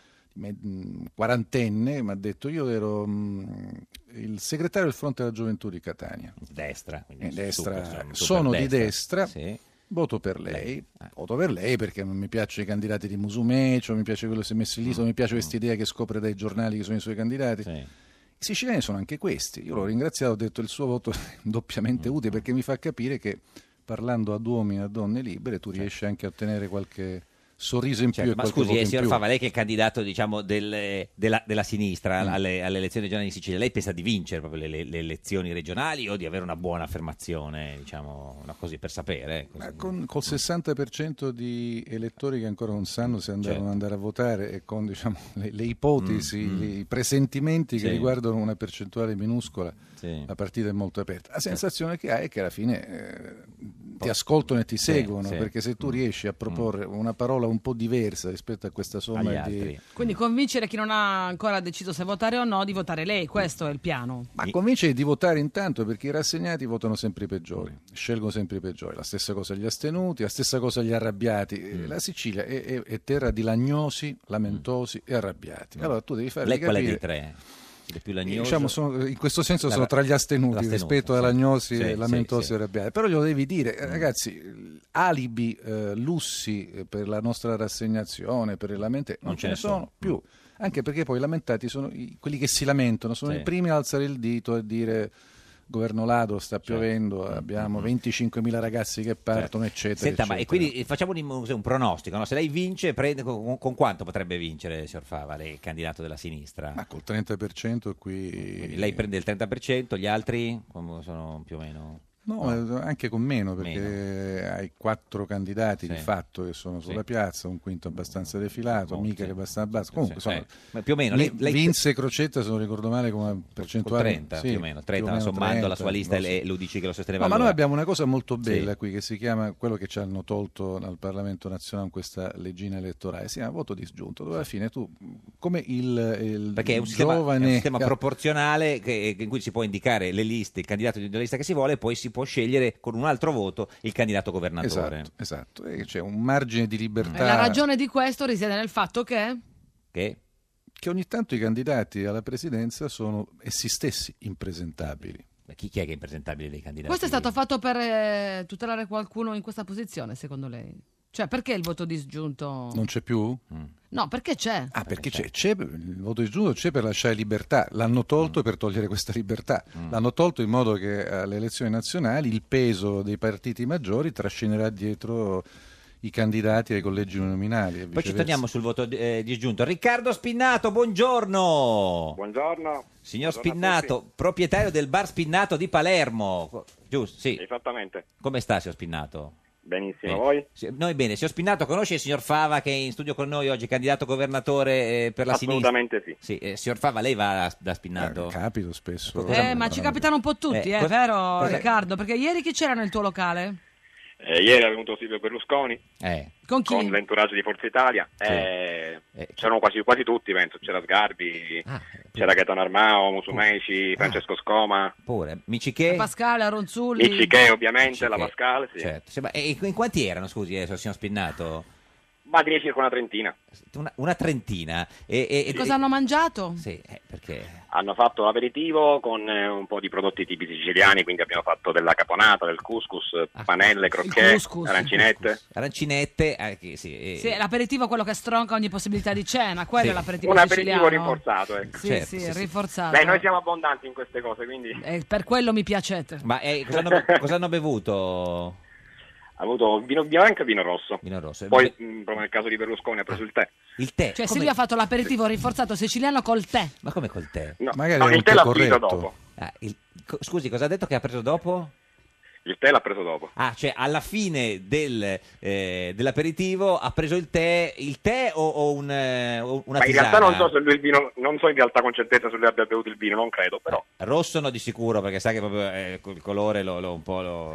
quarantenne, mi ha detto io ero mh, il segretario del Fronte della Gioventù di Catania, destra, eh, destra super, super sono destra. di destra, sì. voto per lei, lei. Eh. voto per lei perché non mi piacciono i candidati di Musumeci, non mi piace quello che si è messo lì, mm. non mi piace questa idea che scopre dai giornali che sono i suoi candidati. Sì. I siciliani sono anche questi, io l'ho ringraziato, ho detto il suo voto è doppiamente mm. utile perché mi fa capire che parlando ad uomini e a donne libere tu riesci anche a ottenere qualche sorriso in più. Certo, e ma scusi, eh, signor più. Fava, lei che è candidato diciamo, del, della, della sinistra mm. alle, alle elezioni regionali in Sicilia, lei pensa di vincere proprio le, le elezioni regionali o di avere una buona affermazione, diciamo, una così per sapere? Così. Ma con, col sessanta per cento di elettori che ancora non sanno se andranno certo. andare a votare e con diciamo, le, le ipotesi, mm, mm. i presentimenti sì. che riguardano una percentuale minuscola, sì. la partita è molto aperta. La sensazione che hai è che alla fine eh, ti ascoltano e ti seguono, sì, sì. perché se tu riesci a proporre mm. una parola un po' diversa rispetto a questa somma di... Quindi convincere chi non ha ancora deciso se votare o no di votare lei, questo è il piano. Ma convincere di votare intanto, perché i rassegnati votano sempre i peggiori, scelgono sempre i peggiori, la stessa cosa gli astenuti, la stessa cosa gli arrabbiati. Mm. La Sicilia è, è, è terra di lagnosi, lamentosi mm. e arrabbiati. Allora tu devi fare lei capire... qual è dei tre? Più diciamo, sono, in questo senso sono tra gli astenuti rispetto alla lagnosi sì, e lamentosi sì, e arrabbiati, però glielo devi dire, mm. ragazzi, alibi, eh, lussi per la nostra rassegnazione, per il lamentare, non, non ce ne sono, sono più, anche perché poi i lamentati sono i, quelli che si lamentano, sono sì. i primi a alzare il dito e dire governo Lado, sta piovendo, certo. abbiamo venticinquemila ragazzi che partono, certo. eccetera, Senta, eccetera. Ma, e quindi facciamo un, un pronostico, no? Se lei vince, prende, con, con quanto potrebbe vincere, signor Fava, lei candidato della sinistra? Ma col trenta per cento qui... Quindi lei prende il trenta per cento, gli altri come sono più o meno... No, no, anche con meno, perché meno. hai quattro candidati Sì. di fatto che sono sulla Sì. piazza, un quinto abbastanza defilato, Monti. mica che abbastanza basso. Comunque, Sì, insomma, eh, ma più o meno, ne- lei- lei- vinse Crocetta, se non ricordo male, come Col percentuale trenta sì, più o meno, più o trenta meno sommando la sua trenta, lista non so. e l'U D C che lo sosteneva No, ma noi allora. abbiamo una cosa molto bella Sì. qui che si chiama quello che ci hanno tolto dal Parlamento nazionale con questa leggina elettorale, si chiama voto disgiunto, dove alla fine tu, come il, il Perché è un sistema, giovane è un sistema proporzionale che- in cui si può indicare le liste, il candidato della lista che si vuole, e poi si può scegliere con un altro voto il candidato governatore. Esatto, esatto. E c'è un margine di libertà. E la ragione di questo risiede nel fatto che... Che? che ogni tanto i candidati alla presidenza sono essi stessi impresentabili. Chi, chi è che è impresentabile dei candidati? Questo è stato fatto per eh, tutelare qualcuno in questa posizione, secondo lei? Cioè, perché il voto disgiunto? Non c'è più? No, perché c'è? Ah, perché c'è, c'è il voto disgiunto c'è per lasciare libertà, l'hanno tolto Mm. per togliere questa libertà, l'hanno tolto in modo che alle elezioni nazionali il peso dei partiti maggiori trascinerà dietro i candidati ai collegi uninominali. e Poi ci viceversa. torniamo sul voto eh, disgiunto. Riccardo Spinnato, buongiorno. Buongiorno. Signor Buongiorno a Spinnato, proprietario del bar Spinnato di Palermo. Giusto, sì. Esattamente. Come sta, signor Spinnato? Benissimo, Eh, voi? sì, Noi bene. Signor Spinnato, conosce il signor Fava che è in studio con noi oggi, candidato governatore eh, per la Assolutamente sinistra? Sì. eh, signor Fava, lei va da, da Spinnato? capito spesso. Eh, ma ci capitano un po' tutti, Eh, eh, cosa- vero cosa- Riccardo? Perché ieri chi c'era nel tuo locale? Eh, ieri è venuto Silvio Berlusconi Eh. Con chi? con l'entourage di Forza Italia. Sì. Eh, Eh, c'erano quasi, quasi tutti, penso. C'era Sgarbi, Ah, c'era Gaetano Armao, Musumeci, Francesco Scoma, Pure. Michiché? Pascale, Ronzulli. Micciché ovviamente, la Michiché. Pascale, sì. Certo. Sì, ma- e in quanti erano, scusi, eh, signor Spinnato? Ma direi circa una trentina. Una, una trentina. E, e- E cosa hanno mangiato? Sì, eh, perché... Hanno fatto l'aperitivo con eh, un po' di prodotti tipici siciliani, quindi abbiamo fatto della caponata, del couscous, panelle, crocchè, couscous. arancinette. Arancinette, eh, che sì, eh, Sì, l'aperitivo è quello che stronca ogni possibilità di cena, quello Sì. è l'aperitivo Un aperitivo siciliano. rinforzato, ecco. Sì, Certo, sì, sì, sì. rinforzato. Beh, noi siamo abbondanti in queste cose, quindi E per quello mi piacete. Ma eh, cosa, hanno, cosa hanno bevuto? ha avuto vino bianco e vino rosso. Vino rosso. Poi, Beh, mh, proprio nel caso di Berlusconi, ha preso il tè. il tè. Cioè come- Silvio ha fatto l'aperitivo rinforzato siciliano col tè. Ma come col tè? No, Magari no, è un il tè tè l'ha finito corretto. dopo. Ah, il- co- scusi, cosa ha detto che ha preso dopo? Il tè l'ha preso dopo. Ah, cioè alla fine del, eh, dell'aperitivo ha preso il tè, il tè o, o un, eh, o una Ma in tisana? realtà non so se lui il vino, non so in realtà con certezza se lui abbia bevuto il vino, non credo, però. Rosso no di sicuro, perché sa che proprio eh, il colore lo, lo un po' lo...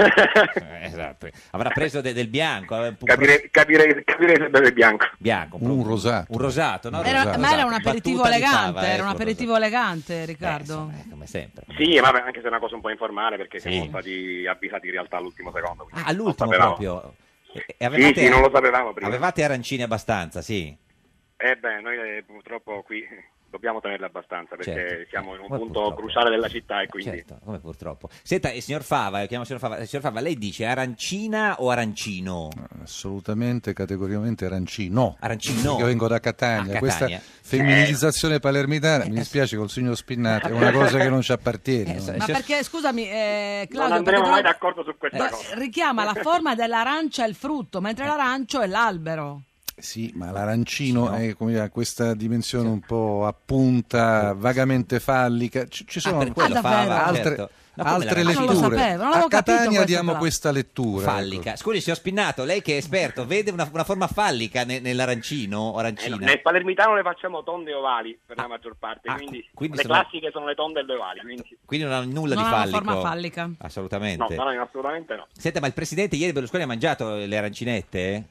eh, esatto. Avrà preso de- del bianco. eh, un- Capire- capirei, capirei se beve bianco. Bianco. Un rosato. Un rosato, no? Era- Rosato, ma era un esatto. aperitivo Battuta di elegante, fava, era un ecco, aperitivo elegante, Riccardo. rosato. Eh, come sempre. Sì, ma anche se è una cosa un po' informale perché Sì. siamo stati avvisati in realtà all'ultimo secondo. quindi Ah, all'ultimo non sapevamo. proprio. E- e Sì, avevate- sì, non lo sapevamo prima. Avevate arancini abbastanza, sì. Eh beh, noi eh, purtroppo qui dobbiamo tenerle abbastanza perché Certo. siamo in un Come punto purtroppo. cruciale della città e quindi... Certo, come purtroppo. Senta, il signor Fava, io chiamo signor Fava, signor Fava, lei dice arancina o arancino? Assolutamente, categoricamente arancino. Arancino. Io vengo da Catania. Ah, Questa Catania. femminilizzazione palermitana, mi dispiace col signor Spinnato, è una cosa che non ci appartiene. no? Ma perché, scusami, eh, Non Claudio, andremo perché mai però- d'accordo su questa eh, cosa. richiama la forma dell'arancia e il frutto, mentre l'arancio è l'albero. Sì, ma l'arancino è come dire, ha questa dimensione un po' a punta, vagamente fallica. Ci, ci sono per quello Ah, davvero? Fava, altre, certo. No, come altre l'arancino? Ah, non lo letture. sapevo, non l'avevo a capito Catania questo, diamo però. questa lettura. Fallica. ecco. Scusi, signor Spinnato, lei che è esperto, vede una, una forma fallica ne- nell'arancino o Eh, arancina? nel palermitano le facciamo tonde e ovali per la maggior parte, ah, quindi, quindi le sono- classiche sono le tonde e le ovali. Quindi... Quindi non ha nulla Non di ha una fallico. forma fallica. No, Assolutamente. no, no, assolutamente no. Senta, ma il presidente ieri Berlusconi ha mangiato le arancinette?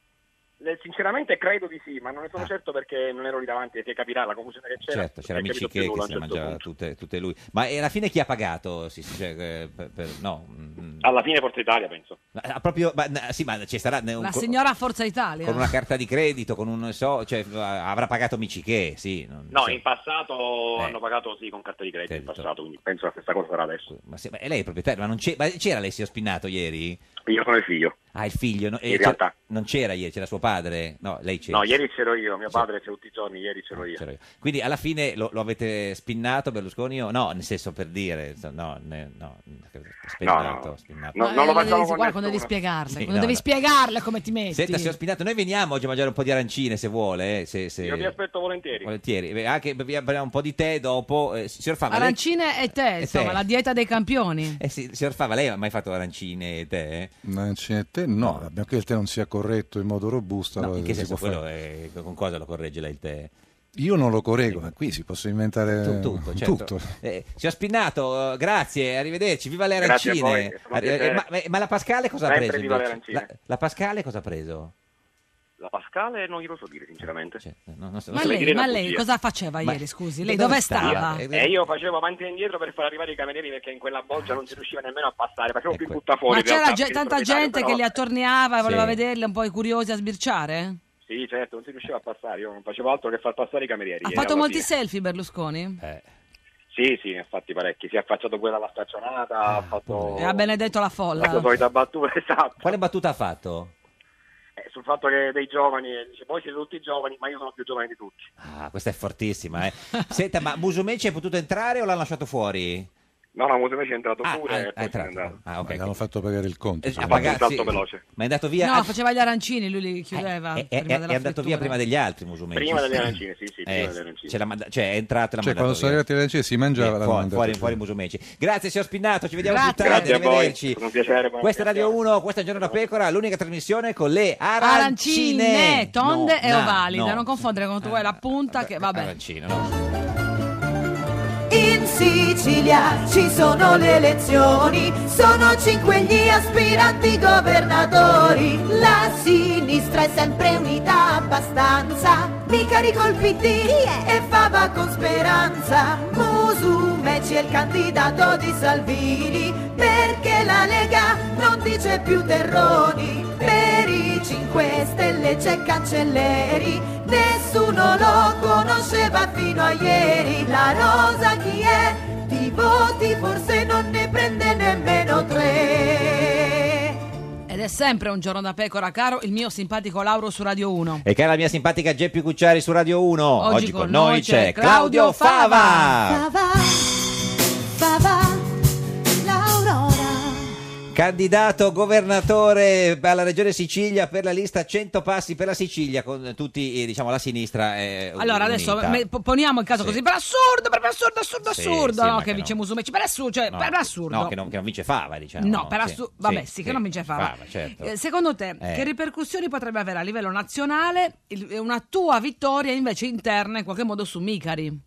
Le- Sinceramente credo di sì, ma non ne sono certo perché non ero lì davanti e che capirà la confusione che c'era. Certo, c'era Non ho amici capito che, più che nulla se a le un certo mangiava punto. tutte, tutte lui. Ma eh, alla fine chi ha pagato? Sì, sì, cioè, eh, per- per- no. mm, Alla fine Forza Italia, penso. ma, ah, proprio, ma, n- sì, ma ci sarà ne- un La co- signora Forza Italia. con una carta di credito, con un so, cioè, avrà pagato Michiché, sì. non- No, so. in passato Eh. hanno pagato sì con carta di credito, in Credito. passato, quindi penso la stessa cosa sarà adesso. Ma, se- ma lei è proprietario, ma, non c'è, ma c'era lei si è spinato ieri? Io sono il figlio. Ah, il figlio? No, eh, In c'era- realtà. non c'era ieri, c'era suo padre? No, lei c'era. No, ieri c'ero io, mio Sì. padre c'è tutti i giorni, ieri c'ero io. C'ero io. Quindi alla fine lo, lo avete spinnato Berlusconi o no? Nel senso per dire, no, ne- no, spinnato, no. spinnato. No, Ma, non lo eh, facciamo devi- con guarda, quando devi nessuno. spiegarle, Sì, quando no, devi no. spiegarle come ti metti. Senta, signor Spinato, noi veniamo oggi a mangiare un po' di arancine se vuole. Eh, se, se... Io vi aspetto volentieri. Volentieri. Beh, anche vi abbiamo un po' di tè dopo. Eh, signor Fava, lei... Arancine e tè, E insomma, tè. la dieta dei campioni. Eh sì, signor Fava, lei ha mai fatto arancine e tè? Arancini e tè? No, a meno che il tè non sia corretto in modo robusto. No, allora in che si senso? può Quello fare. è- con cosa lo corregge lei il tè? Io non lo correggo, ma qui si possono inventare Tu- tutto, certo. tutto. Eh, signor Spinnato, grazie, arrivederci, viva le Grazie a arancine. voi, è stato un Arri- eh, piacere. ma, ma- ma la Pascale cosa ha Sempre preso? viva le invece? arancine. La, la Pascale cosa ha preso? La Pascale non glielo so dire, sinceramente. No, non so- Ma non so lei, dire ma una lei bugia. cosa faceva Ma- ieri, scusi? Lei dove dove stava? stava? E io facevo avanti e indietro per far arrivare i camerieri perché in quella bolgia non si riusciva nemmeno a passare, facevo più buttafuori. Ma in c'era realtà, ge- per il tanta proprietario, gente però- che li attorniava e voleva Sì. vederli, un po' i curiosi a sbirciare? Sì, certo, non si riusciva a passare, io non facevo altro che far passare i camerieri. Ha ieri fatto alla molti fine. selfie Berlusconi? Eh. Sì, sì, ne ha fatti parecchi. Si è affacciato pure alla staccionata, ha fatto... E ha benedetto la ha fatto folla. solita battuta, esatto. Quale battuta ha fatto? Eh, sul fatto che dei giovani, eh, dice, voi siete tutti giovani, ma io sono più giovane di tutti. Ah, questa è fortissima, eh. Senta, ma Musumeci è potuto entrare o l'hanno lasciato fuori? No, no, Musumeci è entrato Ah, pure ah, e è poi se n'è entrato. andato. Ah, ok. Ma gli hanno fatto pagare il conto. Eh, sì. ha Ha fatto un pagato- salto sì. veloce. Ma è andato via? No, ah, faceva gli arancini, lui li chiudeva. è, è- prima è della andato via frittura. prima degli altri Musumeci. Prima degli arancini, sì, sì, prima Eh, degli arancini. ce l'ha manda- cioè è entrato e l'ha Cioè, mandato quando sono via. arrivati le arancine si mangiava Eh, l'hanno fuori, mandato fuori, via. fuori Musumeci. Grazie signor Spinato, ci vediamo Grazie. più tardi, Grazie a voi, arrivederci. è stato un piacere. buona Questa è Radio giornata. uno, questa è Giorno da Pecora, l'unica trasmissione con le arancine. Arancine, tonde No, e no, ovali, no. da non confondere con tu vuoi la punta che vabbè. Arancino, no. In Sicilia ci sono le elezioni, sono cinque gli aspiranti governatori. La sinistra è sempre unita abbastanza, Micari col P D e Fava con Speranza. Musumeci è il candidato di Salvini, perché la Lega non dice più terroni. Per i cinque Stelle c'è Cancelleri, nessuno lo conosceva fino a ieri. La rosa chi è? Di voti forse non ne prende nemmeno tre. Ed è sempre un giorno da pecora, caro il mio simpatico Lauro su Radio uno. E cara la mia simpatica Geppi Cucciari su Radio uno. Oggi, Oggi con con noi noi c'è c'è Claudio Claudio Fava. Fava, Fava, l'Aurora. Candidato governatore alla regione Sicilia per la lista cento passi per la Sicilia, con tutti, eh, diciamo, la sinistra. eh, Allora adesso unita. me- po- poniamo il caso Sì. così per assurdo, per assurdo, assurdo, Sì, assurdo, sì, no, ma che che vince no. Musumeci, per assurdo, cioè No, per assurdo. no, che non, che non vince Fava, diciamo. No, per Sì, assurdo, vabbè, sì, sì, che non vince Fava. Fava, certo. Eh, secondo te, Eh. che ripercussioni potrebbe avere a livello nazionale il- una tua vittoria invece interna in qualche modo su Micari?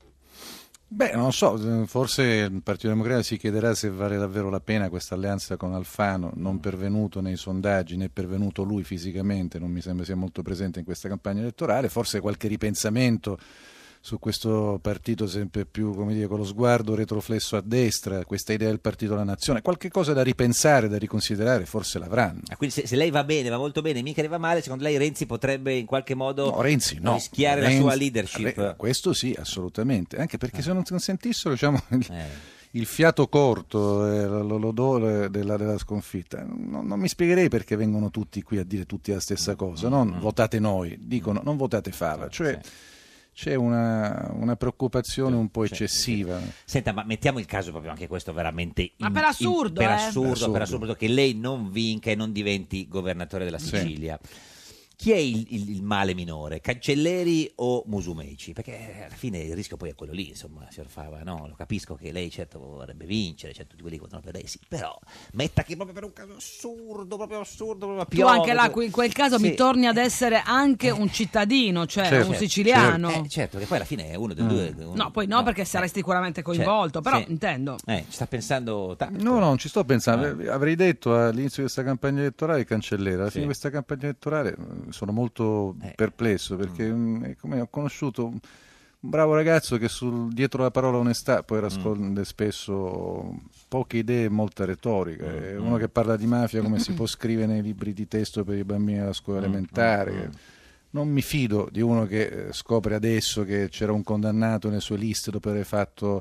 Beh, non lo so, eh, forse il Partito Democratico si chiederà se vale davvero la pena questa alleanza con Alfano, non pervenuto nei sondaggi né pervenuto lui fisicamente, non mi sembra sia molto presente in questa campagna elettorale, forse qualche ripensamento su questo partito sempre più, come dire, con lo sguardo retroflesso a destra, questa idea del partito della nazione, qualche cosa da ripensare, da riconsiderare, forse l'avranno. Ah, quindi se, se lei va bene, va molto bene, mica ne va male, secondo lei Renzi potrebbe in qualche modo No, Renzi no. rischiare Renzi- la sua leadership? Re- questo sì, assolutamente, anche perché se non consentissero, diciamo, il, Eh. il fiato corto, eh, l- l'odore della, della sconfitta, non, non mi spiegherei perché vengono tutti qui a dire tutti la stessa cosa, non votate noi, dicono non votate Fava, cioè c'è una, una preoccupazione un po' eccessiva. Senta, ma mettiamo il caso proprio anche questo veramente Ma in- per assurdo, in- per eh. assurdo, Assurdo. per assurdo che lei non vinca e non diventi governatore della Sì. Sicilia. Chi è il, il- il male minore? Cancelleri o Musumeci? Perché alla fine il rischio poi è quello lì, insomma, signor Fava, no? Lo capisco che lei certo vorrebbe vincere, certo tutti quelli che votano per lei, sì, però metta che proprio per un caso assurdo, proprio assurdo, proprio Tu piove, anche là, proprio- in quel caso Sì. mi torni ad essere anche un cittadino, cioè Certo, un siciliano. Eh, certo, che poi alla fine è uno dei Mm. due. uno- No, poi no, perché sarai sicuramente Cioè, coinvolto, però sì. intendo. Eh, ci sta pensando tanto. No, no, non ci sto pensando. Ave- Avrei detto all'inizio di questa campagna elettorale Cancelleri. Alla Sì. fine di questa campagna elettorale eh, sono molto Eh. perplesso perché mm, è come ho conosciuto un un bravo ragazzo che sul, dietro la parola onestà poi nasconde spesso poche idee e molta retorica. È uno che parla di mafia come si può scrivere nei libri di testo per i bambini della scuola elementare. Non mi fido di uno che eh, scopre adesso che c'era un condannato nelle sue liste dopo aver fatto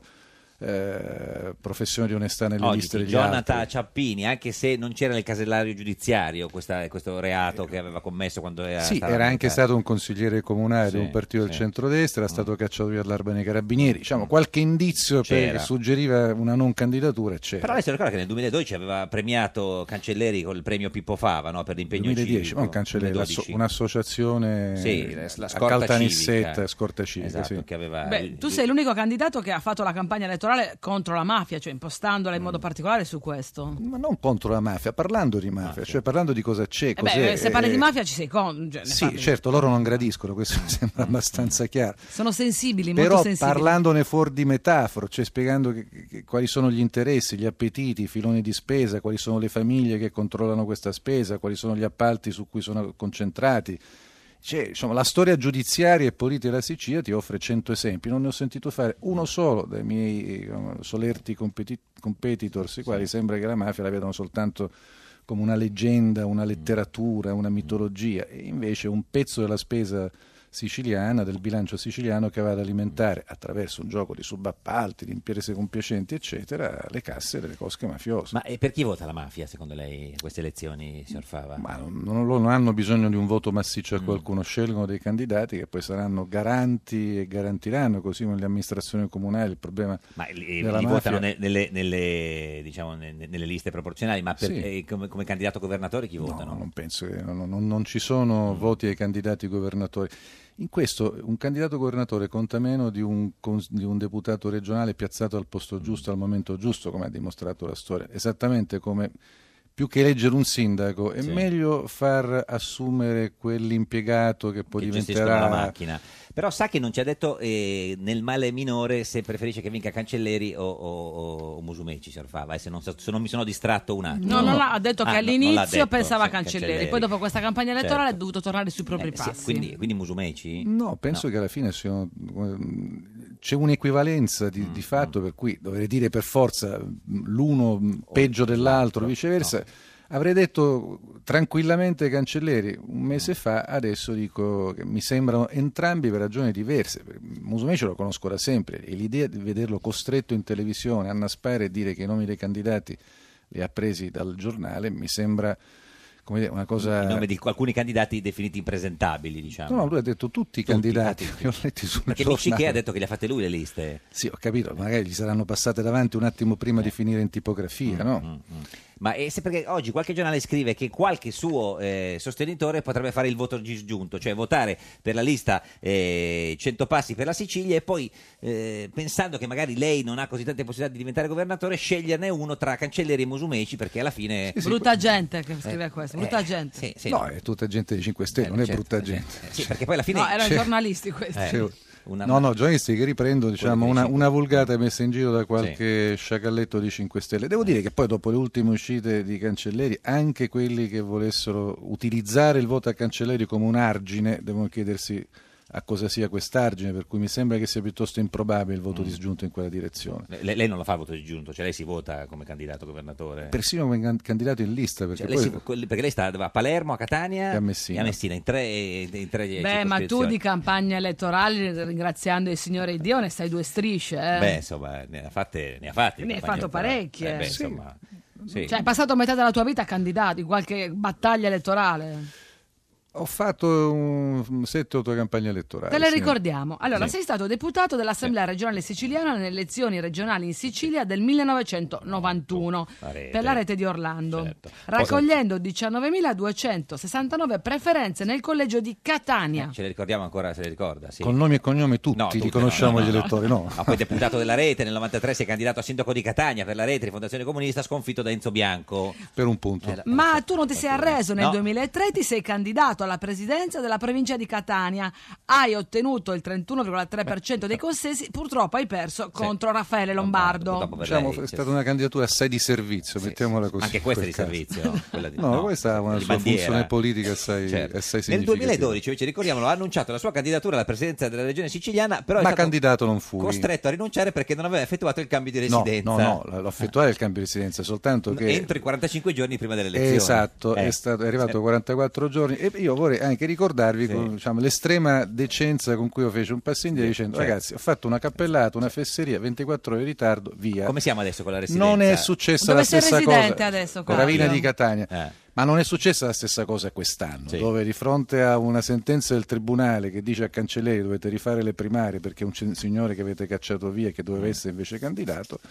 eh, professione di onestà nelle Oggi liste di degli Jonathan altri. Ciappini, anche se non c'era nel casellario giudiziario questa- questo reato che aveva commesso quando era Sì, stava era anche militare. stato un consigliere comunale Sì, di un partito del sì. centrodestra, era stato cacciato via dall'Arma dei Carabinieri. Diciamo, qualche indizio per- C'era. che suggeriva una non candidatura c'era. Però lei si ricorda che nel duemiladodici aveva premiato Cancelleri con il premio Pippo Fava, no, per l'impegno duemiladieci, civico. ma un Cancelleri, l'asso- duemiladodici. un'associazione Sì, la a scorta Caltanissetta, civica. scorta civica. Esatto, sì. che aveva Beh, tu sei l'unico candidato che ha fatto la campagna elettorale elettorale contro la mafia, cioè impostandola in modo particolare su questo. Ma non contro la mafia, parlando di mafia, mafia. cioè parlando di cosa c'è. Eh beh, se parli eh, di mafia ci sei con. Cioè, sì, parli... certo, loro non gradiscono, questo mi sembra abbastanza chiaro. Sono sensibili, Però molto sensibili. parlandone fuori di metafora, cioè spiegando che, che, quali sono gli interessi, gli appetiti, i filoni di spesa, quali sono le famiglie che controllano questa spesa, quali sono gli appalti su cui sono concentrati. Cioè, insomma, la storia giudiziaria e politica della Sicilia ti offre cento esempi, non ne ho sentito fare uno solo dai miei um, solerti competi- competitors, i quali sembra che la mafia la vedano soltanto come una leggenda, una letteratura, una mitologia, e invece un pezzo della spesa siciliana, del bilancio siciliano, che va ad alimentare, attraverso un gioco di subappalti, di imprese compiacenti, eccetera, le casse delle cosche mafiose. Ma e per chi vota la mafia, secondo lei, a queste elezioni, signor Fava? Ma non, non hanno bisogno di un voto massiccio a qualcuno, mm. scelgono dei candidati che poi saranno garanti e garantiranno, così come le amministrazioni comunali. Il problema ma li, della li mafia... votano ne, nelle, nelle, diciamo, nelle, nelle liste proporzionali, ma per, sì. eh, come, come candidato governatore chi votano? No, non penso che non, non, non ci sono mm. voti ai candidati governatori. In questo un candidato governatore conta meno di un, di un deputato regionale piazzato al posto giusto al momento giusto, come ha dimostrato la storia. Esattamente come, più che eleggere un sindaco, è sì. meglio far assumere quell'impiegato che poi che diventerà la macchina. Però sa che non ci ha detto eh, nel male minore se preferisce che vinca Cancelleri o, o, o Musumeci, signor Fava, eh, se, non, se non mi sono distratto un attimo. No, non l'ha, ha detto ah, che no, all'inizio detto, pensava a sì, Cancelleri. Cancelleri, poi dopo questa campagna elettorale certo. è dovuto tornare sui propri eh, passi. Sì, quindi, quindi Musumeci? No, penso no. che alla fine siano, c'è un'equivalenza di, mm, di fatto mm. per cui dovrei dire per forza l'uno o peggio dell'altro, viceversa. No. Avrei detto tranquillamente Cancelleri un mese fa, adesso dico che mi sembrano entrambi per ragioni diverse. Musumeci lo conosco da sempre e l'idea di vederlo costretto in televisione a naspare e dire che i nomi dei candidati li ha presi dal giornale mi sembra, come dire, una cosa... In nome di alcuni candidati definiti impresentabili, diciamo. No, no, lui ha detto tutti i tutti, candidati tutti. che ho letti sul Perché giornale. Miccichè ha detto che le ha fatte lui le liste. Sì, ho capito, magari gli saranno passate davanti un attimo prima eh. di finire in tipografia, mm, no? Mm, mm. Ma è se perché oggi qualche giornale scrive che qualche suo eh, sostenitore potrebbe fare il voto disgiunto, cioè votare per la lista eh, cento passi per la Sicilia e poi eh, pensando che magari lei non ha così tante possibilità di diventare governatore, sceglierne uno tra Cancelleri e Musumeci, perché alla fine... Sì, sì, brutta gente che scrive eh, questo, brutta eh, gente. Sì, sì, no, è tutta gente dei cinque Stelle, eh, non è certo, brutta certo, gente. Eh, sì, perché poi alla fine... No, erano c'è... giornalisti questi. Eh, una... No, no, giornalisti che riprendono diciamo, una, una vulgata messa in giro da qualche sì. sciacalletto di cinque Stelle. Devo dire che poi dopo le ultime uscite di Cancelleri, anche quelli che volessero utilizzare il voto a Cancelleri come un argine devono chiedersi a cosa sia quest'argine, per cui mi sembra che sia piuttosto improbabile il voto mm. disgiunto in quella direzione. Lei, lei non lo fa il voto disgiunto, cioè lei si vota come candidato governatore? Persino come can- candidato in lista, perché, cioè, poi... lei si, perché lei sta a Palermo, a Catania e a Messina, e a Messina in tre, in tre Beh, ma tu di campagna elettorale, ringraziando il Signore Dio, ne stai due strisce. Eh? Beh, insomma, ne ha fatte, ne ha fatte. Ne hai fatto parecchie. Eh, beh, sì. insomma, sì. Cioè, hai passato metà della tua vita a candidato in qualche battaglia elettorale. Ho fatto un sette otto campagne elettorali. Te le sì. ricordiamo. Allora, sì. sei stato deputato dell'Assemblea sì. regionale siciliana nelle elezioni regionali in Sicilia del millenovecentonovantuno la per la rete di Orlando, certo. raccogliendo diciannovemiladuecentosessantanove preferenze nel collegio di Catania. Ce le ricordiamo ancora, se le ricorda? Sì. Con nomi e cognome tutti, no, li tutte, conosciamo no, no, gli no, elettori, no. Ma poi deputato della rete, nel novantatré si è candidato a sindaco di Catania per la rete, Rifondazione Comunista, sconfitto da Enzo Bianco. Per un punto. Eh, Ma tu non ti sei arreso, nel no. duemilatré ti sei candidato alla presidenza della provincia di Catania, hai ottenuto il trentuno virgola tre per cento dei consensi, purtroppo hai perso sì. contro Raffaele Lombardo. Lombardo diciamo, lei, è stata una candidatura assai di servizio, sì, mettiamola sì. così. Anche questa è di servizio? Quella di, no, no, questa è una sua bandiera. funzione politica assai, certo. assai Nel significativa. duemiladodici, invece, ricordiamolo, ha annunciato la sua candidatura alla presidenza della regione siciliana, però è ma stato candidato non fu costretto a rinunciare perché non aveva effettuato il cambio di residenza. No, no, no l'ho effettuato il cambio di residenza, soltanto che... Entro i quarantacinque giorni prima delle elezioni. Esatto, eh. è, stato, è arrivato eh. quarantaquattro giorni e io vorrei anche ricordarvi sì. con, diciamo, l'estrema decenza con cui io feci un passo indietro sì, dicendo certo. ragazzi ho fatto una cappellata, una fesseria, ventiquattro ore di ritardo, via. Come siamo adesso con la residenza? Non è successa Dove la stessa cosa adesso, Ravina di Catania. Eh. Ma non è successa la stessa cosa quest'anno, sì. dove di fronte a una sentenza del tribunale che dice a Cancelleri dovete rifare le primarie perché un signore che avete cacciato via e che doveva essere invece candidato,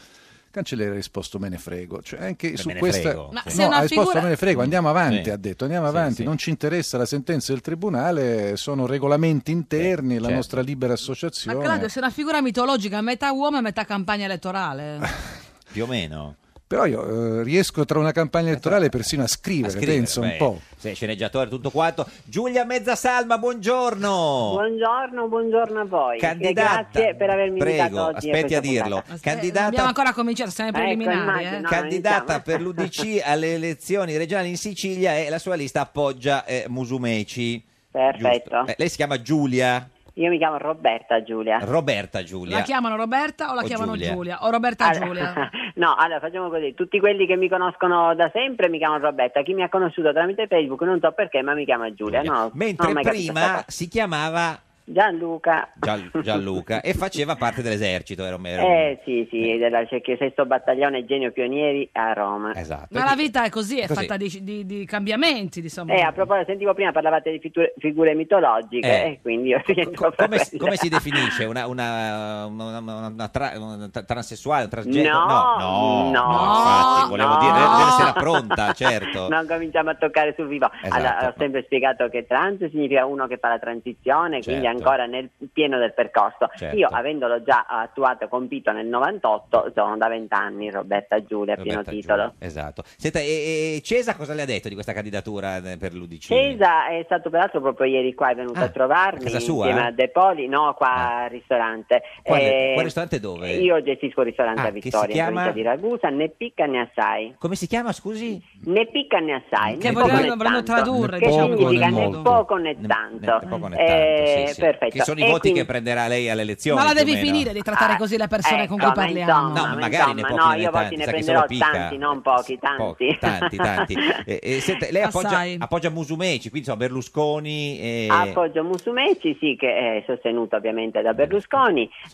Cancellieri ha risposto me ne frego, cioè anche Beh, su me ne questa frego. Ma no, se una ha risposto figura- me ne frego, andiamo avanti, Sì. ha detto, andiamo Sì, avanti, sì. non ci interessa la sentenza del tribunale, sono regolamenti interni, la certo. nostra libera Ma associazione. Claudio, sei una figura mitologica, metà uomo e metà campagna elettorale. Più o meno. Però io eh, riesco tra una campagna elettorale persino a scrivere, A scrivere, penso beh, un po'. Sei sceneggiatore, tutto quanto. Giulia Mezzasalma, buongiorno. Buongiorno, buongiorno a voi. Candidata. E grazie per avermi Prego, invitato oggi aspetti a a questa dirlo. puntata. Eh, Candidata- abbiamo ancora cominciato, siamo ai Ecco, preliminari. immagino, eh. no, Candidata iniziamo. per l'U D C alle elezioni regionali in Sicilia e la sua lista appoggia eh, Musumeci. Perfetto. Giusto. Eh, lei si chiama Giulia? Io mi chiamo Roberta Giulia. Roberta Giulia. La chiamano Roberta o la O chiamano Giulia? Giulia? O Roberta Allora- Giulia? No, allora facciamo così. Tutti quelli che mi conoscono da sempre mi chiamano Roberta. Chi mi ha conosciuto tramite Facebook non so perché, ma mi chiama Giulia. No, non ho Mentre mai capito sta prima cosa. si chiamava Gianluca. Gian- Gianluca e faceva parte dell'esercito. Era, era- Eh sì, sì, della Cecchio Sesto Battaglione Genio Pionieri a Roma. Esatto. Ma la vita è così, è Così. fatta di, di- di cambiamenti, insomma. Eh, a proposito, sentivo prima parlavate di fitu- figure mitologiche, Eh. e quindi io rientro per Come, si- quella. come si definisce? Una, una, una, una- una tra- una tra- transessuale, un transgender? No, no, no, infatti, volevo no. dire, deve essere pronta, certo. Non cominciamo a toccare sul vivo. Esatto. Allora, ho sempre spiegato che trans significa uno che fa la transizione, quindi Certo. ancora nel pieno del percorso. Certo. Io, avendolo già attuato e compito nel novantotto, sono da vent'anni Roberta Giulia, a pieno Roberta titolo. Giulia, esatto. Senta, e, e Cesa cosa le ha detto di questa candidatura eh, per l'U D C? Cesa è stato peraltro proprio ieri qua, è venuto Ah, a trovarmi a casa sua? insieme a De Poli, no, qua al ristorante. Quale- Eh, quale ristorante dove? Io gestisco il ristorante Ah, a che si Vittoria, in chiama? provincia di Ragusa, né picca né assai. Come si chiama, scusi? Né picca né assai. Che né poco vorremmo- né vorremmo tanto. tradurre, che diciamo, significa con il né modo. poco né Né- tanto. né poco né Eh, tanto, sì, sì. perfetto. Che sono i E voti quindi- che prenderà lei alle elezioni. Ma la più o devi meno. finire di trattare Ah, così le persone con ecco, cui ma parliamo. insomma, No, ma magari ne insomma, può no, finire io tanti, voti ne sa che prenderò solo picca. tanti, non pochi, tanti. Pochi, tanti, tanti. e, e senta, lei appoggia, Assai. appoggia Musumeci, quindi insomma Berlusconi e... Appoggio Musumeci, sì, che è sostenuto ovviamente da Berlusconi. Sì.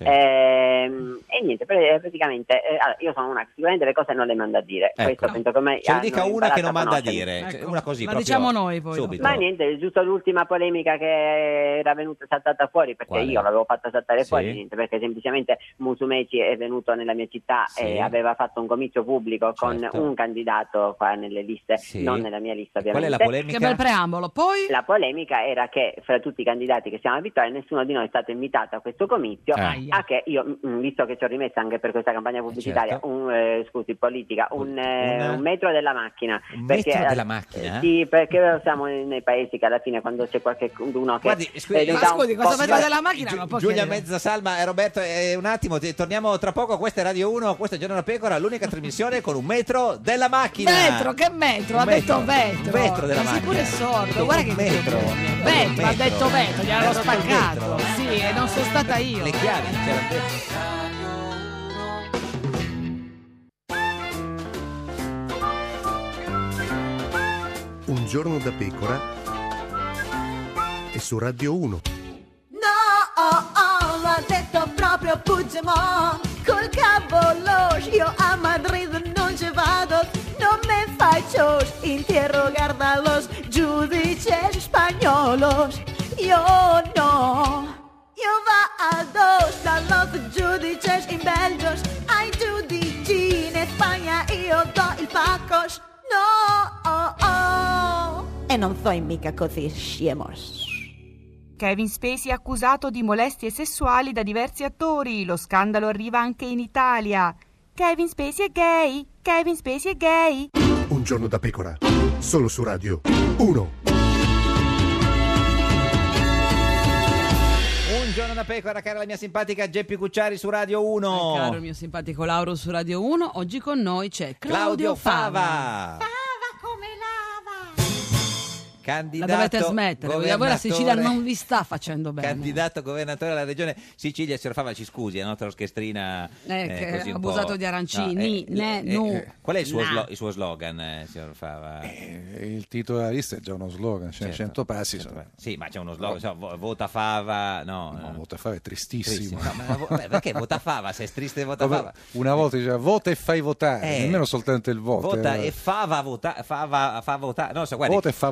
Ehm, e niente, pre- praticamente eh, allora, io sono una che sicuramente le cose non le manda a dire. Ecco. Questo penso che ormai Ce ne hanno dica una imparato che non a manda a conoscermi. dire, cioè, Ecco, una così la proprio diciamo noi poi subito. Ma niente, giusto l'ultima polemica che era venuta saltata fuori, perché Quale? io l'avevo fatta saltare Sì. fuori, niente, perché semplicemente Musumeci è venuto nella mia città Sì. e aveva fatto un comizio pubblico con Certo. un candidato qua nelle liste, Sì. non nella mia lista Qual è ovviamente. la polemica? Che bel preambolo. Poi La polemica era che fra tutti i candidati che siamo a Vittoria nessuno di noi è stato invitato a questo comizio, Eh. a che io, mm, visto che ci ho rimesso anche per questa campagna pubblicitaria, certo. un, eh, scusi, politica, un, eh, Un- un metro della macchina. Un perché, metro eh, della macchina? Sì, perché siamo nei paesi che alla fine quando c'è qualcuno che... Guardi, scusi, eh, ma dà un scusi, po' questo di- metro della macchina Gi- non può Giulia chiedere. Mezzasalma e Roberto, eh, un attimo, ti- torniamo tra poco. Questa è Radio uno, questo è Giorno da Pecora, l'unica trasmissione con un metro della macchina. Metro, che metro? Un Ha detto metro. vetro. Un metro della Ma sei pure macchina. sordo, Un guarda che metro. Vetro, ha Un metro. detto vetro, gli hanno Ha detto spaccato. vetro. Sì, e non sono stata io. Le chiavi c'erano dentro. Un giorno da pecora e su Radio uno. No, oh, oh, l'ha detto proprio Puigdemont. Col cavolo, io a Madrid non ci vado. No me faccio interrogar a los judices españolos. Yo no. Yo va a dos a los judices in Belgios. Ai giudici in Spagna io do il pacos. No, oh, oh. E non sono mica così scemos. Kevin Spacey accusato di molestie sessuali da diversi attori. Lo scandalo arriva anche in Italia. Kevin Spacey è gay. Kevin Spacey è gay. Un giorno da pecora, solo su Radio uno. Un giorno da Pecora, cara la mia simpatica Geppi Cucciari su Radio uno. Eh, caro il mio simpatico Lauro su Radio uno, oggi con noi c'è Claudio, Claudio Fava. La Candidato dovete smettere, voi- a voi la Sicilia non vi sta facendo bene. Candidato governatore della regione Sicilia. Signor Fava, ci scusi, la nostra orchestrina Eh, che così ha un abusato po'. di arancini, No, né, nu, qual è il suo, na. slo- il suo slogan, eh, signor Fava? Eh, il titolo della lista è già uno slogan, cioè Certo. cento passi. sono- Sì, ma c'è uno slogan, so, vo- vota Fava, no. No, vota Fava è tristissimo. Tristissimo. No, ma vo- beh, perché vota Fava? Se è triste vota Come Fava. una volta diceva vota e fai votare, Eh, nemmeno soltanto il voto. Vota eh. e Fava vota, Fava fa votare. No, so, guardi, Vota e fa votare.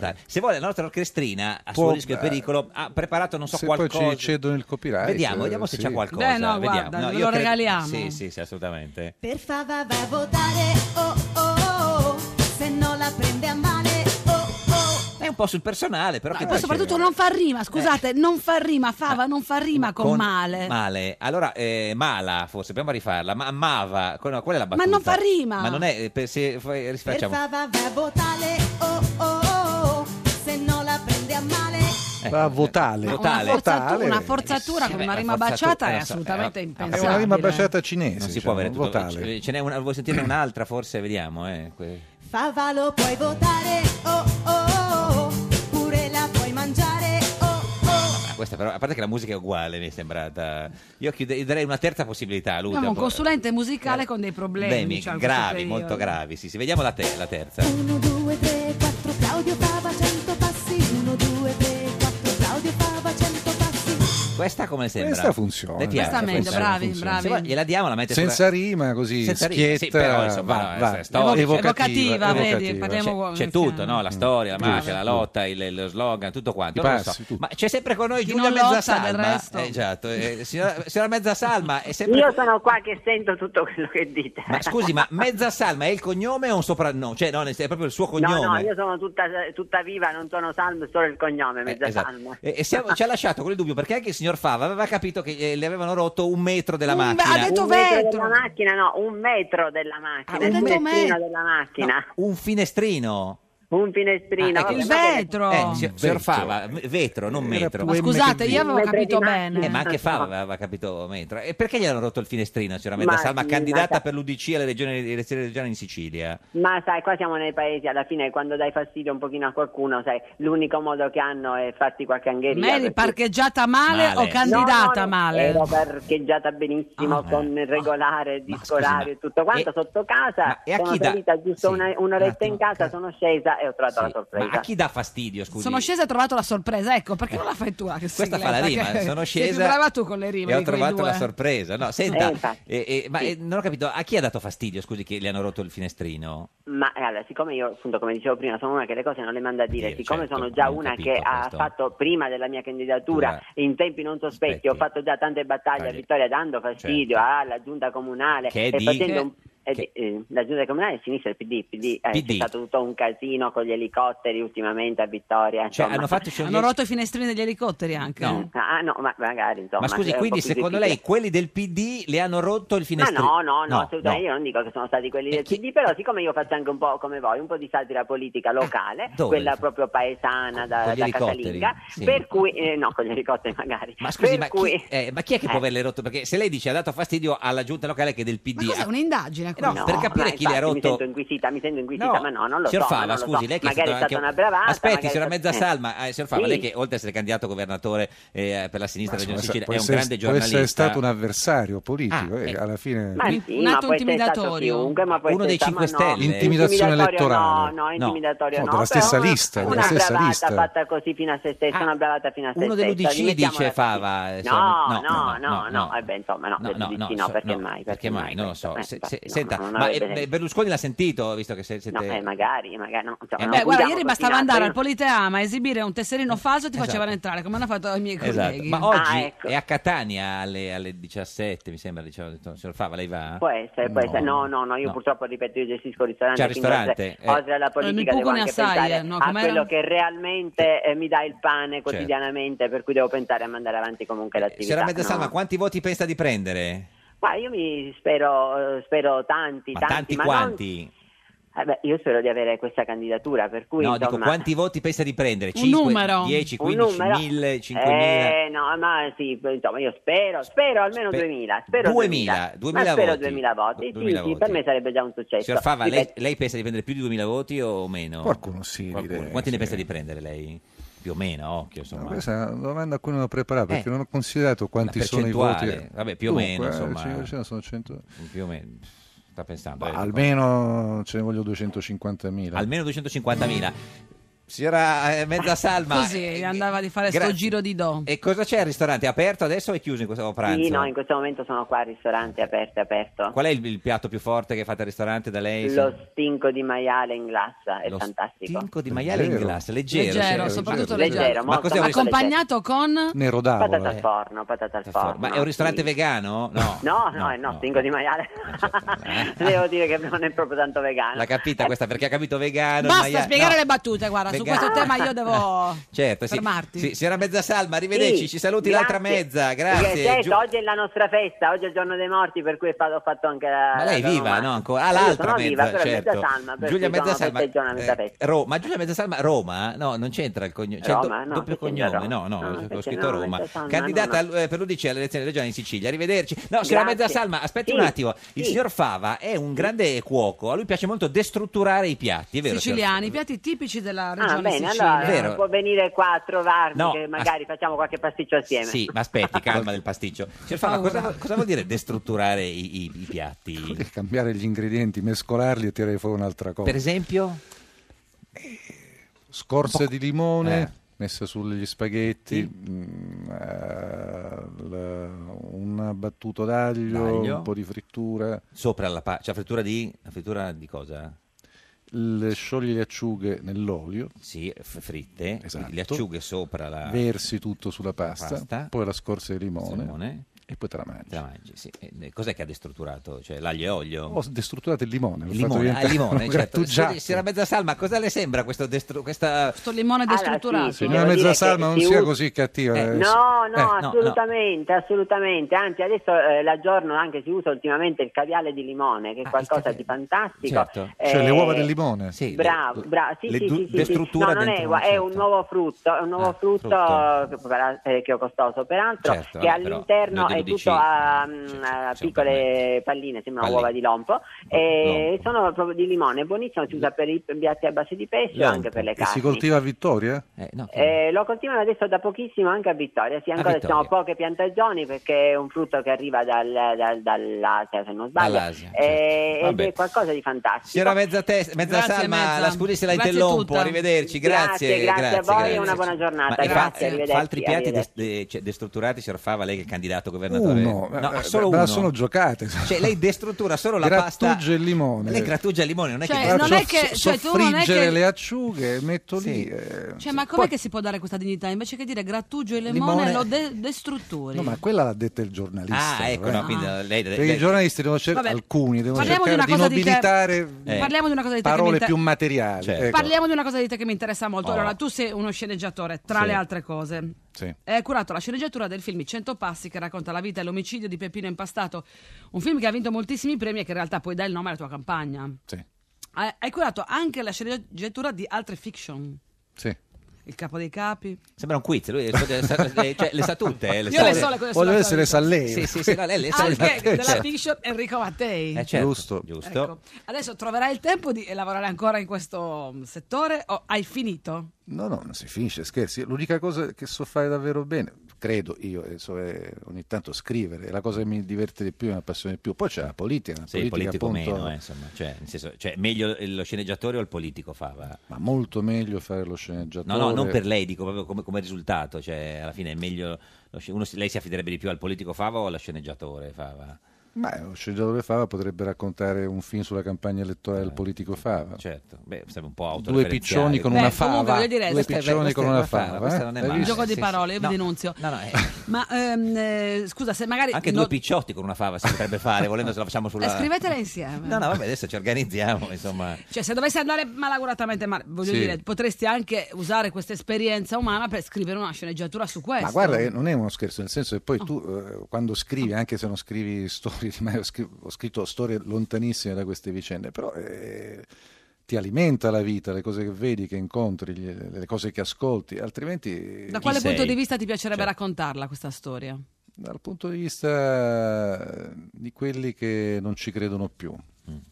votare. Se vuole la nostra orchestrina, a Può- suo rischio e pericolo, ha preparato non so Se qualcosa. poi ci cedono il copyright. Vediamo, vediamo eh, se sì. c'è qualcosa. Beh, no, vediamo. guarda, ve io lo credo- regaliamo. Sì, sì, sì, assolutamente. Per Fava va a votare, oh oh oh, se non la prende a male, oh oh. È un po' sul personale, però che Poi soprattutto non fa rima, scusate, non fa rima, Fava non fa rima con, male. Male. Allora, eh, mala, forse, proviamo a rifarla. Ma Mava, no, qual è la battuta? Ma non fa rima. Ma non è, per, se, fai- Per rifacciamo. Fava va a votare, oh oh oh, se non la prende a male. Va a votale. Ma Votale. Una forzatura, Votale. una forzatura Sì, con beh, una la rima forzatura, baciata eh, è lo so, assolutamente eh, È impensabile. una rima baciata cinese. Non si diciamo, può avere tutto. votale. Ce n'è una, vuoi sentire un'altra, forse? Vediamo, eh. que- Fava lo puoi votare, oh oh oh, pure la puoi mangiare, oh oh. Ah, questa però, a parte che la musica è uguale, mi è sembrata. Io chiude- io darei una terza possibilità a lui. Abbiamo un dopo- consulente musicale con dei problemi. Problemi diciamo, in questo gravi, periodo. molto gravi. Sì, sì. Vediamo la, te- la terza. uno, due, tre, quattro, Claudio Fava cento passi, uno, due, tre, quattro, Claudio Fava cento passi. Questa come le sembra? Questa funziona. Le piace? Questa meglio, Questa bravi, funziona. bravi. Se vuoi, gliela diamo, la mette Senza sulla... rima, così Senza rima, schietta, sì, però, insomma, va, no, va. è storica. Evocativa, vedi, evocativa. parliamo C'è, c'è tutto, no? La storia, la Tutto, mafia, la tutto. lotta, il, lo slogan, tutto quanto. I Non lo passi, so. tutto. Ma c'è sempre con noi Chi Giulia non lotta, Mezzasalma. del resto. Eh, esatto, eh, signora, signora Mezzasalma è sempre. Io sono qua che sento tutto quello che dite. Ma scusi, ma Mezzasalma è il cognome o un soprannome? Cioè, no, è proprio il suo cognome. No, no, io sono tutta, tutta viva, non sono salmo, solo il cognome, mezza Esatto. salma. E, e siamo- ci ha lasciato con il dubbio perché anche il signor Fava aveva capito che eh, le avevano rotto un metro della Un- macchina. ha detto Un metro vetro. della macchina, no, un metro della macchina, Ah, il un finestrino metro. della macchina. Un finestrino. Un finestrino. Ah, è che Il vabbè, ma che- vetro. Eh, signor, signor Vetro. Fava, m- vetro, non Era metro. Ma due scusate, io avevo Un metro capito di bene. Eh, ma anche Fava aveva capito metro. E perché gli hanno rotto il finestrino, signora Ma Mezzasalma, sì, candidata ma- per l'U D C alle regioni, alle elezioni regionali in Sicilia? Ma sai, qua siamo nei paesi, alla fine quando dai fastidio un pochino a qualcuno, sai, l'unico modo che hanno è farti qualche angheria. Ma eri perché- parcheggiata male, Male. o candidata No, no, no, male? ero parcheggiata benissimo, Ah, con il regolare, il Ma disco scusi, orario ma- e tutto quanto, e- sotto casa, ma e a sono chi dà- salita giusto sì, una- un un'oretta attimo, in casa, ca- sono scesa e ho trovato Sì, la sorpresa. ma a chi dà fastidio, scusi? Sono scesa e ho trovato la sorpresa, ecco, perché non la fai tu? Che Questa fa la sigletta, rima, che- sono sei più scesa brava tu con le rime e ho di quei trovato due. la sorpresa. No, senta, Eh, infatti. eh, eh, ma Sì. eh, non ho capito, a chi ha dato fastidio, scusi, che gli hanno rotto il finestrino? Ma eh, allora, siccome io, appunto, come dicevo prima, sono una che le cose non le manda a dire, Dire, siccome certo, sono già abbiamo una capito che ha questo. fatto prima della mia candidatura, Dura. in tempi non sospetti, Aspetti. ho fatto già tante battaglie a Tagli. vittoria dando fastidio alla giunta comunale Che e di- facendo che- un- eh, che- eh, la giunta comunale è sinistra il P D, P D, eh, P D. c'è stato tutto un casino con gli elicotteri ultimamente a Vittoria. Cioè, insomma. hanno fatto Hanno sciogliere- rotto i finestrini degli elicotteri anche. No. Ah no, ma magari insomma. Ma scusi, è un quindi po' più secondo difficile. lei quelli del P D le hanno rotto il Ma finestrino? no, no, no, assolutamente, io non dico che sono stati quelli E del chi- P D, però siccome io faccio anche un po' come voi, un po' di satira politica locale, dove? quella proprio paesana da, Con gli da elicotteri? casalinga, Sì. per cui, eh, no, con gli elicotteri magari, Ma scusi, per ma, cui, chi, eh, ma chi è che può Eh. averle rotto? Perché se lei dice ha dato fastidio alla giunta locale che è del P D. Ma cos'è ah, un'indagine? no, questa? per capire ma chi le ha infatti rotto. mi sento inquisita, mi sento inquisita, ma no, non lo signor so, Fava, ma non lo scusi, so. lei che magari è stata anche- una bravata. Aspetti, magari signora è stato- Mezzasalma, eh, signor Fava, Sì. lei che oltre a essere candidato governatore eh, per la sinistra della Regione Sicilia può è un essere, grande può essere giornalista. stato un avversario politico, Ah, eh, eh. alla fine Ma Un- sì, un ma atto può essere stato intimidatorio. chiunque, ma può Uno dei essere cinque stato- ma no, Stelle. Intimidazione intimidatorio elettorale. No, no, No. intimidatorio No, no. della però stessa una- lista, della Una stessa bravata lista. fatta così fino a se stessa, Ah, una bravata fino a se uno stessa. dell'U D C Mettiamola dice così. Fava. eh, No, siamo- no, no, no, eh beh, insomma, no, No, dell'U D C no, so- perché no, mai? Perché mai? Non lo so. Eh, Se- infatti, se- no, senta, non ma avrebbe eh, senso. Berlusconi l'ha sentito, visto che se- siete... No, eh, magari, magari no. Insomma, Eh, non Beh, guarda, puntiamo ieri così bastava in alto, andare io- al Politeama a esibire un tesserino falso e ti Esatto. facevano entrare, come hanno fatto i miei Esatto. colleghi. Ma oggi Ah, ecco. è a Catania alle, alle diciassette, mi sembra, diciamo, signor Fava, lei va? Può essere, può No. essere. No, no, no, io No. purtroppo ripeto, io gestisco un ristorante. C'è il quindi ristorante, Oltre, eh. oltre alla Eh, politica mi devo pucco ne anche assai, pensare eh, no, a com'era? quello che realmente eh, mi dà il pane Certo. quotidianamente, per cui devo pensare a mandare avanti comunque l'attività. Signora Mezzasalma, no? quanti voti pensa di prendere? Ma io mi spero, eh, spero tanti, Ma tanti, tanti ma non- quanti? Eh beh, io spero di avere questa candidatura, per cui No, insomma... dico quanti voti pensa di prendere? Un cinque, numero. dieci, Un quindici, numero? mille, cinquemila? Eh, no, ma sì, insomma, io spero, spero almeno Spe- duemila, spero duemila, duemila, duemila ma spero voti. duemila voti, sì, duemila sì, voti. per me sarebbe già un successo. Signor Fava, lei, Ripeto, lei pensa di prendere più di duemila voti o meno? Qualcuno sì, Qualcuno. direi, Quanti ne sì. pensa di prendere lei? Più o meno, occhio, insomma. No, questa è una domanda a cui non ho preparato perché Eh. non ho considerato quanti Una sono i voti. percentuale, vabbè, più o Dunque, meno, eh, insomma. cinquecento sono cento. Più o meno. Sta pensando. Bah, eh, almeno ce ne voglio duecentocinquantamila. almeno duecentocinquantamila. Signora eh, Mezza Salma. Così andava di fare sto grazie. giro di do. E cosa c'è al ristorante? È aperto adesso o è chiuso in questo pranzo? Sì, no, in questo momento sono qua al ristorante aperto, aperto. Qual è il, il piatto più forte che fate al ristorante da lei? Lo stinco di maiale in glassa, è Lo fantastico. stinco di maiale in Leggero. glassa, leggero. Leggero, cioè, soprattutto leggero. leggero. Ma cos'è un ristorante? Accompagnato con Nero d'avola. Patata al forno, patata al forno. Ma è un ristorante sì. vegano? No. No, no, no, no, stinco di maiale. Devo dire che non è proprio tanto vegano. L'ha capita questa perché ha capito vegano. il Basta maiale- spiegare no. le battute, guarda, su Vegano. questo tema io devo Certo, sì. fermarti. Sì, signora Mezza Salma, arrivederci, Sì, ci saluti grazie. l'altra mezza, Perché, grazie. certo, Giu- oggi è la nostra festa, oggi è il giorno dei morti, per cui è fatto- ho fatto anche la... Ma lei è la viva, Roma. no? Ancora? Ah, Io l'altra sono mezza, viva, però è certo. Mezza Salma, per Giulia cui Mezza sono Salma, festeggio una mezza eh, festa. Ro- ma Giulia Mezza Salma, Roma? No, non c'entra il cognome, c'è Roma, do- no, doppio che c'entra cognome, Roma? no, no, No, ho perché scritto no, Roma. Mezza Salma, Candidata no, al- eh, per l'U D C alle elezioni regionali in Sicilia, arrivederci. No, signora Grazie. Mezza Salma, aspetti Sì, un attimo, il sì. signor Fava è un grande cuoco, a lui piace molto destrutturare i piatti, è vero? signor- Siciliani, i piatti tipici della Ah, regione bene, Sicilia. allora Vero. può venire qua a trovarmi, No, che magari facciamo qualche pasticcio assieme. Sì, ma aspetti, calma del pasticcio. Signor Fava, cosa, cosa vuol dire destrutturare i, i- i piatti? Cambiare gli ingredienti, mescolarli e tirare fuori un'altra cosa. Per esempio? Scorze di limone Eh. messe sugli spaghetti, mm, eh, l- un battuto d'aglio, D'aglio. un po' di frittura, Sopra la pa- cioè frittura di, la frittura di cosa? le sciogli le acciughe nell'olio, Sì, f- fritte, Esatto. le acciughe sopra la versi tutto sulla pasta, pasta. poi la scorza di limone, limone. e poi te la mangi. Te la mangi, sì. E cos'è che ha destrutturato? Cioè l'aglio e olio? Ho destrutturato il limone, l'ho Il fatto limone, ah, il diventare limone, un certo. grattugiato. Scusi, Signora Mezza Salma, cosa le sembra questo destru- questa... Sto limone Allora, destrutturato. sì, sì, Signora devo Mezza dire Salma, che non si sia usa- così cattiva. Eh, adesso. No, no, Eh, no, assolutamente, assolutamente. Anzi, adesso eh, l'aggiorno anche si usa ultimamente il caviale di limone, che è Ah, qualcosa il di fantastico. Certo. Cioè le Eh, uova del limone? Sì, Bravo, le- bravo, sì, le sì, du- sì, sì, sì. destruttura No, non dentro è, una è certa. un nuovo frutto, è un nuovo Ah, frutto, frutto. che, per- eh, che è costoso peraltro, Certo, che vabbè, però all'interno noi è dell'U D C, tutto a, cioè, mm, ci- a siamo piccole palline, sembrano Palline. uova di lompo, e Lompo. sono proprio di limone, è buonissimo, si usa per i piatti a base di pesce o Lompo. anche per le E carni. si coltiva a Vittoria? Eh, no, che- Eh, lo coltivano adesso da pochissimo anche a Vittoria, sì, ancora Vittoria. siamo poche piantagioni perché è un frutto che arriva dal, dal- dall'Asia, se non sbaglio, Dall'Asia, eh, certo. ed Vabbè. è qualcosa di fantastico. Signora Mezza, Tes- Mezza Grazie, Salma, Mezza. la scusi se la Grazie interrompo, tutta. arrivederci, Grazie, grazie. grazie a voi e una buona Ma giornata. e fa- Grazie, fa arrivederci, altri piatti arrivederci. des- de- cioè, destrutturati, signor Fava, lei che è il candidato governatore? Uno, no, eh, ha solo me uno. la sono giocate. Cioè lei destruttura solo la pasta. Grattugia il limone. Lei grattugia il limone, non è Cioè, che non è che- cioè, tu non è soffriggere che- le acciughe, metto Sì. lì. eh, Cioè, ma com'è poi- che si può dare questa dignità? Invece che dire grattugio il Limone- limone, lo de- destrutturi. No, ma quella l'ha detta il giornalista. Ah, ecco, eh. no, quindi lei, Perché lei- i giornalisti devono cer- Vabbè, alcuni devono parliamo di cercare una di cosa di te- nobilitare Eh. Parliamo di una cosa di te che mi parole inter- più materiali. Certo. ecco. Parliamo di una cosa di te che mi interessa molto. Oh. Allora, tu sei uno sceneggiatore, tra Sì. le altre cose. Sì. Hai curato la sceneggiatura del film I Cento Passi, che racconta la vita e l'omicidio di Peppino Impastato, un film che ha vinto moltissimi premi e che in realtà poi dà il nome alla tua campagna. Sì. Hai, hai curato anche la sceneggiatura di altre fiction. Sì. Il capo dei capi. Sembra un quiz, lui le sa, le- cioè, le sa tutte. eh, Le Io sa- le so le cose Voglio sulla essere tua vita. sa lei. Sì, sì, sì, no, lei le sa le- Anche della certo. fiction Enrico Mattei. Eh, certo, Giusto. giusto. Ecco. Adesso troverai il tempo di lavorare ancora in questo settore o hai finito? No, no, non si finisce, scherzi. L'unica cosa che so fare davvero bene, credo io, e so, è ogni tanto scrivere, è la cosa che mi diverte di più, mi appassiona di più. Poi c'è la politica, la Sì, il politica politico appunto, meno, eh, insomma. Cioè, nel senso, cioè, meglio lo sceneggiatore o il politico Fava? ma molto meglio fare lo sceneggiatore. No, no, non per lei, dico proprio come, come risultato. Cioè, alla fine è meglio. lo sce- uno si- lei si affiderebbe di più al politico Fava o allo sceneggiatore Fava? Ma lo sceneggiatore Fava potrebbe raccontare un film sulla campagna elettorale del politico Fava. Certo, beh, sarebbe un po' Due autoreferenziale. piccioni con Beh, una comunque, fava. voglio dire, Due questa è- piccioni questa con è una una fava, fava. questa eh? non è Hai male. visto? Gioco di sì, parole, sì. io No, vi denunzio. No, no, eh, Ma ehm, eh, scusa, se magari anche no- due picciotti con una fava si potrebbe fare, volendo se la facciamo sulla. Eh, scrivetela insieme. No, no, vabbè, adesso ci organizziamo, insomma. Cioè, se dovesse andare malaguratamente male, voglio Sì. dire, potresti anche usare questa esperienza umana per scrivere una sceneggiatura su questo. Ma guarda, che non è uno scherzo, nel senso che poi tu eh, quando scrivi, anche se non scrivi storie di me, ho, scri- ho scritto storie lontanissime da queste vicende, però eh, ti alimenta la vita, le cose che vedi, che incontri, gli- le cose che ascolti, altrimenti Da quale Chi punto sei? di vista ti piacerebbe Certo. raccontarla questa storia? dal punto di vista di quelli che non ci credono più.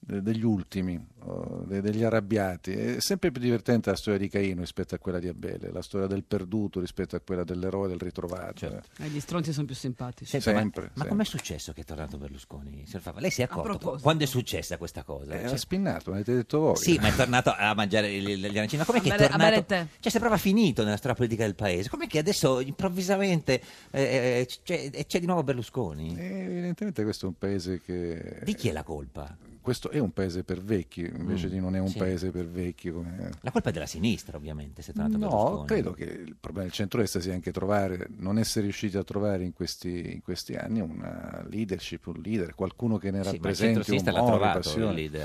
de- degli ultimi, oh, de- degli arrabbiati. È sempre più divertente la storia di Caino rispetto a quella di Abele, la storia del perduto rispetto a quella dell'eroe del ritrovato. Certo. Eh, gli stronzi sono più simpatici. Senta, Sempre, ma, ma sempre. com'è successo che è tornato Berlusconi? signor Fava? Lei si è accorto proposito. quando è successa questa cosa? Eh, Cioè- ha spinnato, l'avete detto voi. Sì, ma è tornato a mangiare il- il- gli arancini. Ma com'è che è A bere- a tornato? bere tè. Cioè, sembrava finito nella storia politica del paese. Com'è che adesso improvvisamente eh, c'è, c'è di nuovo Berlusconi? Eh, evidentemente questo è un paese che... Di chi è la colpa? Questo è un paese per vecchi, invece Mm, di non è un sì. paese per vecchi. Come... La colpa è della sinistra, ovviamente, se è tornato No, Berlusconi. credo che il problema del centrodestra sia anche trovare, non essere riusciti a trovare in questi, in questi anni una leadership, un leader, qualcuno che ne Sì, ma il rappresenti un centro-sinistra l'ha modo, trovato passione. il leader.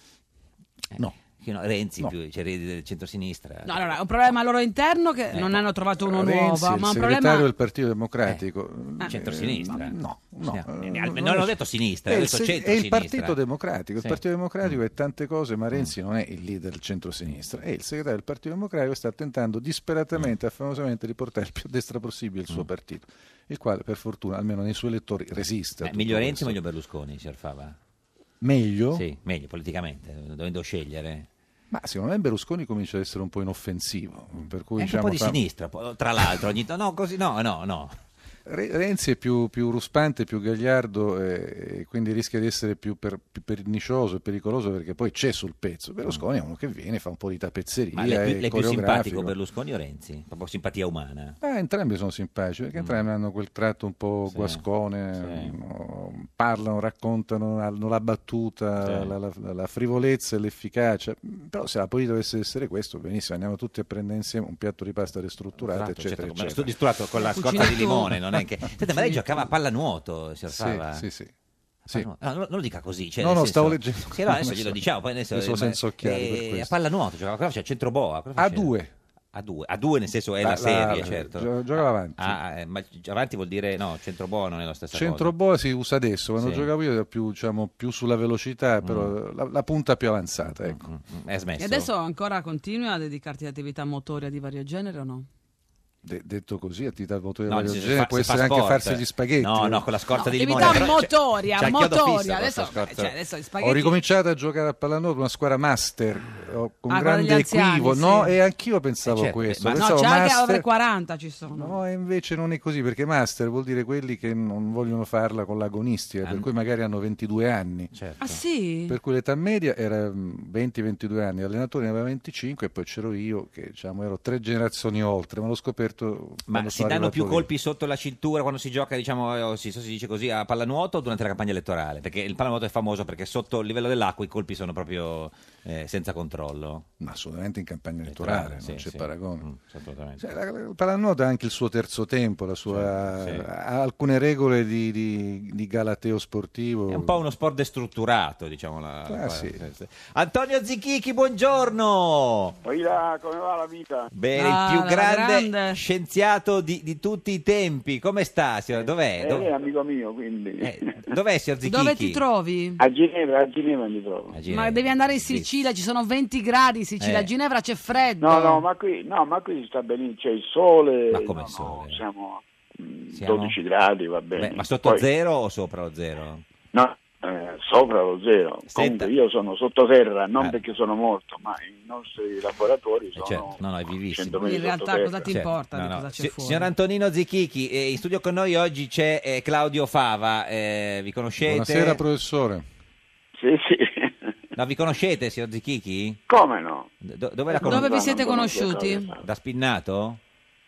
Eh, No. che no, Renzi, No. più, cioè del centro-sinistra. No, allora, è un problema loro interno che Ecco. non hanno trovato uno Renzi, nuovo, il ma un segretario problema... del Partito Democratico. Eh, centro-sinistra. No, no. Sì, eh, non, non non è- ho detto sinistra, È ho il, detto se- è il centro-sinistra. Partito Democratico. Sì. Il Partito Democratico Mm. è tante cose, ma Renzi non è il leader del centro-sinistra. È il segretario del Partito Democratico, sta tentando disperatamente, Mm. affamosamente, di portare il più a destra possibile il suo partito, il quale, per fortuna, almeno nei suoi elettori, resiste. a Eh, tutto meglio Renzi o questo. meglio Berlusconi, signor Fava? Meglio? Sì, meglio politicamente, dovendo scegliere. Ma secondo me Berlusconi comincia ad essere un po' inoffensivo, per cui È anche diciamo, un po' di fa- sinistra, po- tra l'altro. Ogni no, così, no, no, no. Re- Renzi è più, più ruspante, più gagliardo e, e quindi rischia di essere più, per- più pernicioso e pericoloso perché poi c'è sul pezzo. Berlusconi è uno che viene, fa un po' di tappezzeria Ma lei, è più- e lei è più coreografico. simpatico Berlusconi o Renzi? Proprio simpatia umana. Eh, entrambi sono simpatici perché entrambi hanno quel tratto un po' Sì, guascone, sì. no, parlano, raccontano, hanno la battuta, Sì. la, la- la frivolezza e l'efficacia. Però se la politica dovesse essere questo, benissimo, andiamo tutti a prendere insieme un piatto di pasta ristrutturato, Esatto, eccetera, certo, ma eccetera. ristrutturato con la Cucina scorza di tu. limone, non è che... Senta, ma lei giocava a pallanuoto, signor Sì, Fava? sì, sì. A Sì. pallanuoto? No, non non lo dica così. Cioè, No, nel no, senso- stavo leggendo. Sì, no, adesso glielo diciamo, poi adesso... Adesso eh, senza occhiali eh, per questo. A pallanuoto giocava, cosa faceva? Centroboa? Cosa A faceva? due. A due, a due nel senso è la, La- serie, la- certo. gio- giocava avanti. Ah, eh, ma avanti vuol dire no, centroboa non è la stessa Centroboa si usa adesso, quando Sì. giocavo io era più, diciamo, più sulla velocità, però la, la punta più avanzata. Ecco. cosa. Mm, È smesso. E adesso ancora continui a dedicarti ad attività motoria di vario genere o no? De- detto così, attività motoria No, di vario si genere fa- può si fa essere anche sport. farsi gli spaghetti. No, no, con la scorza No, di limone. attività però c'è- motoria, c'è il chiodo motoria. fisso con Adesso, sta scorza. cioè, adesso gli Ho spaghetti... ricominciato a giocare a pallanuoto una squadra master oh, con Ah, grande con gli anziani, equivoco, sì. no? E anch'io pensavo Eh, certo, questo. ma- No, Pensavo c'è anche master- over quaranta ci sono. No, e invece non è così, perché master vuol dire quelli che non vogliono farla con l'agonistica, per Ah, cui magari hanno ventidue anni. Certo. Ah sì? Per cui l'età media era venti ventidue anni, l'allenatore ne aveva venticinque e poi c'ero io che diciamo ero tre generazioni oltre, ma l'ho scoperto Ma quando si sono danno arrivato più lì. colpi sotto la cintura quando si gioca, diciamo, eh, o si, so si dice così, a pallanuoto o durante la campagna elettorale? Perché il pallanuoto è famoso perché sotto il livello dell'acqua i colpi sono proprio eh, senza controllo. Ma assolutamente in campagna elettorale, Elettorale, non sì, c'è sì. paragone. Mm, assolutamente. Cioè, la- la- il pallanuoto ha anche il suo terzo tempo, la sua, Sì, sì. ha alcune regole di, di- di galateo sportivo. È un po' uno sport destrutturato, diciamo. La, la- Ah, sì. Antonio Zichichi, buongiorno! Poi là, come va la vita? Bene, Ah, il più la grande, grande. scienziato di, di tutti i tempi. Come sta, signor? Dov'è? Eh, Dov- lei è amico mio, quindi. eh, dov'è, signor Zichichi? Dove ti trovi? A Ginevra, a Ginevra mi trovo. A Ginevra. Ma devi andare in Sicilia, ci sono venti gradi in Sicilia, Eh. a Ginevra c'è freddo. No, no, ma qui, no, ma qui si sta benissimo, c'è il sole. Ma come no, il sole? no, siamo, mm, Siamo? dodici gradi, va bene. Beh, ma sotto Poi- zero o sopra lo zero? No, eh, sopra lo zero. Senta. Comunque io sono sottoterra, non Ah. perché sono morto, ma i nostri laboratori Eh, sono certo, no, no, è vivissimo. cento metri In realtà sottoterra. cosa ti Certo, importa no, di no. cosa c'è Si- fuori? Signor Antonino Zichichi, eh, in studio con noi oggi c'è eh, Claudio Fava, eh, vi conoscete? Buonasera professore. Sì, sì. No, vi conoscete, signor Zichichi? Come no? Do- dove la Dove conoscete? vi siete non conosco conosciuti? Claudio. Da Spinnato?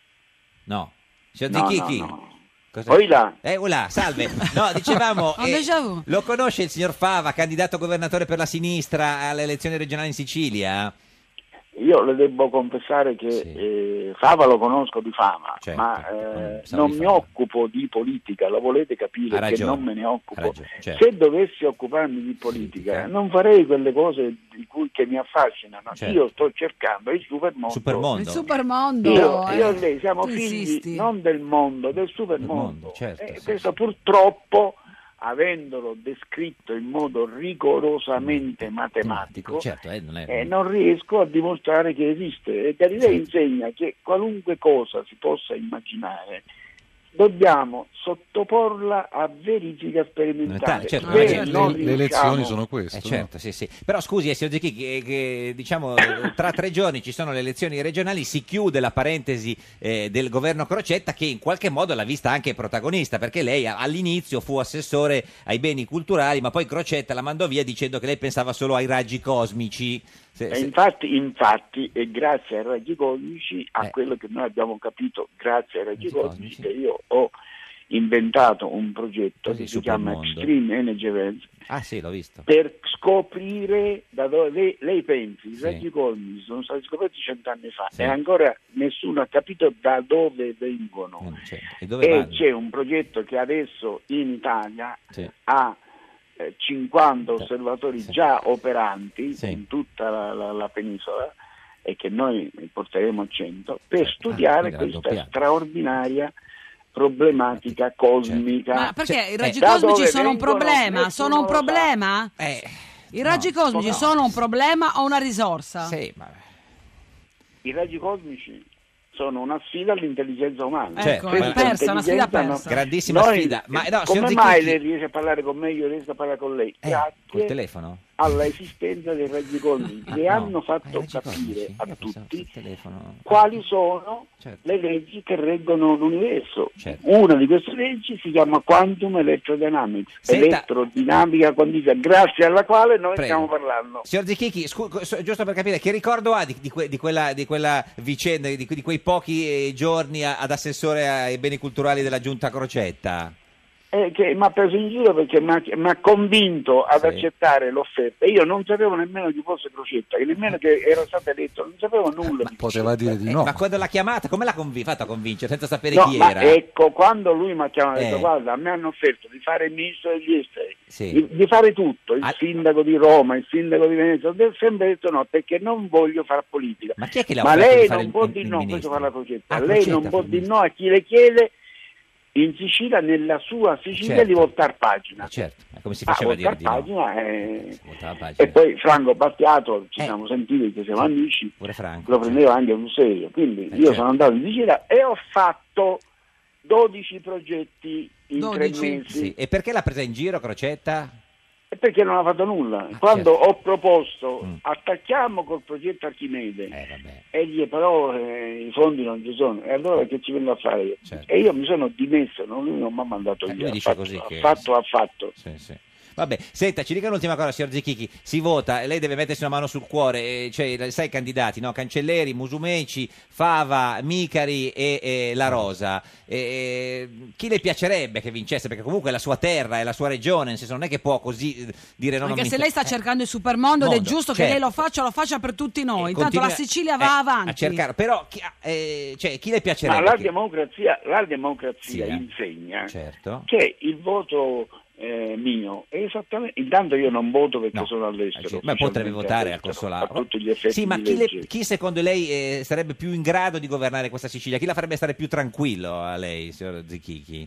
No. Signor No, Zichichi? no, no. Cosa- Poi là. Eh, là, salve. No, dicevamo, Un eh, déjà vu. lo conosce il signor Fava, candidato governatore per la sinistra alle elezioni regionali in Sicilia? Io le devo confessare che Sì. eh, Fava lo conosco di fama, Certo, ma non eh, sa non di mi Fava. occupo di politica, lo volete capire Ha che ragione, non me ne ha occupo. ragione, certo. Se dovessi occuparmi di politica non farei quelle cose di cui, che mi affascinano. Certo. Io sto cercando il supermondo. Supermondo. Il supermondo. Io, eh. io e lei siamo Tu figli insisti. non del mondo, del Del supermondo. mondo, certo, e sì, questo sì. purtroppo, avendolo descritto in modo rigorosamente matematico, Certo, eh, non è... eh, non riesco a dimostrare che esiste. E Galilei insegna che qualunque cosa si possa immaginare dobbiamo sottoporla a verifica sperimentale. Certo, Se certo. non Le elezioni riusciamo- sono queste. Eh, certo, sì, sì. Però scusi, eh, signor Zecchi, che, che, diciamo tra tre giorni ci sono le elezioni regionali, si chiude la parentesi eh, del governo Crocetta, che in qualche modo l'ha vista anche protagonista, perché lei a- all'inizio fu assessore ai beni culturali, ma poi Crocetta la mandò via dicendo che lei pensava solo ai raggi cosmici. Se- E se- infatti, infatti, è grazie ai raggi cosmici, a Eh. quello che noi abbiamo capito, grazie ai raggi Raggi cosmici, cosmici. che io ho inventato un progetto Così, che si super chiama mondo. Extreme Energy Events Ah sì, l'ho visto. per scoprire da dove lei, lei pensi, i Sì. raggi cosmici sono stati scoperti cent'anni fa Sì. e ancora nessuno ha capito da dove vengono. Mm, certo. E dove E vanno? c'è un progetto che adesso in Italia Sì. ha eh, cinquanta osservatori Sì. già operanti Sì. in tutta la, la- la penisola e che noi porteremo a cento per Certo. studiare Ah, quindi questa raddoppiato. straordinaria problematica cosmica. Ma perché Cioè, i raggi da cosmici dove sono un vengono, problema? nessuno Sono un lo sa. problema? Eh, I raggi no, cosmici no. sono un problema o una risorsa? Sì, ma... I raggi cosmici sono una sfida all'intelligenza umana. Certo, Ecco, è ma- persa, una sfida Intelligenza, persa. Grandissima Noi- sfida. Ma no, come signor mai Zecchi- lei riesce a parlare con me, io riesco a parlare con lei? Eh, col Grazie telefono? alla esistenza dei raggi cosmici Ah, che no. hanno Ah, i fatto raggi capire cosmici? a Io pensavo tutti sul telefono. quali sono Certo. le leggi che reggono l'universo. Certo. Una di queste leggi si chiama Quantum Electrodynamics, Senta- elettrodinamica quantistica, grazie alla quale noi Prego. stiamo parlando. Signor Zecchi, scu- so- giusto per capire, che ricordo ha di, di que- di quella, di quella vicenda, di, que- di quei pochi eh, giorni a- ad assessore ai beni culturali della Giunta Crocetta? Eh, che mi ha preso in giro perché mi ha, mi ha convinto ad Sì. accettare l'offerta. Io non sapevo nemmeno chi fosse Crocetta, che nemmeno che era stato eletto, non sapevo nulla di Poteva dire di Eh, no. Ma quando l'ha chiamata, come l'ha convi- fatto a convincere senza sapere No, chi ma era? ecco, quando lui mi ha chiamato e ha detto Eh. guarda, a me hanno offerto di fare il ministro degli esteri, Sì. di, di fare tutto, il Ah. sindaco di Roma, il sindaco di Venezia, ho sempre detto no, perché non voglio fare politica. Ma chi è che le ha Ma offerto lei di fare non il- può il- dire il no, ministro? questo fa la Crocetta, Ah, lei Crocetta non fa può il dire ministro. no a chi le chiede in Sicilia, nella sua Sicilia, Certo. di voltar pagina. Eh, certo, è come si Ah, faceva a dire voltar di no. pagina è... Voltava pagina. E poi Franco Battiato, ci Eh. siamo sentiti perché siamo Sì. amici, Pure Franco. lo prendeva anche sul serio. Quindi Eh, io certo. sono andato in Sicilia e ho fatto dodici progetti in dodici? tre mesi. Sì. E perché l'ha presa in giro Crocetta? E perché non ha fatto nulla? Quando certo. ho proposto Mm. attacchiamo col progetto Archimede, Eh, vabbè. egli però eh, i fondi non ci sono, e allora che ci vengo a fare io? Certo. E io mi sono dimesso, non, lui non mi ha mandato Eh, via. lui ha dice fatto, così ha che- fatto, ha fatto. Sì, sì. Vabbè, senta, ci dica un'ultima cosa, signor Zecchi. Si vota, lei deve mettersi una mano sul cuore. eh, Cioè, sai i candidati, no? Cancelleri, Musumeci, Fava, Micari e, e La Rosa. Eh, chi le piacerebbe che vincesse? Perché comunque è la sua terra, è la sua regione, nel senso non è che può così eh, dire no. non Anche mi se inter- lei sta eh, cercando il supermondo ed è mondo, giusto che certo. lei lo faccia, lo faccia per tutti noi. Intanto continua- la Sicilia eh, va avanti. a cercare, però chi, eh, cioè, chi le Ma piacerebbe? la che- democrazia, la democrazia Sì, eh. insegna Certo. che il voto eh, mio è esattamente. Intanto io non voto perché No. sono all'estero. Eh, sì, ma potrebbe ufficialmente votare al all'estero, consolato. a tutti gli effetti Sì, ma di chi, le- legge. chi secondo lei eh, sarebbe più in grado di governare questa Sicilia? Chi la farebbe stare più tranquillo a lei, signor Zecchi?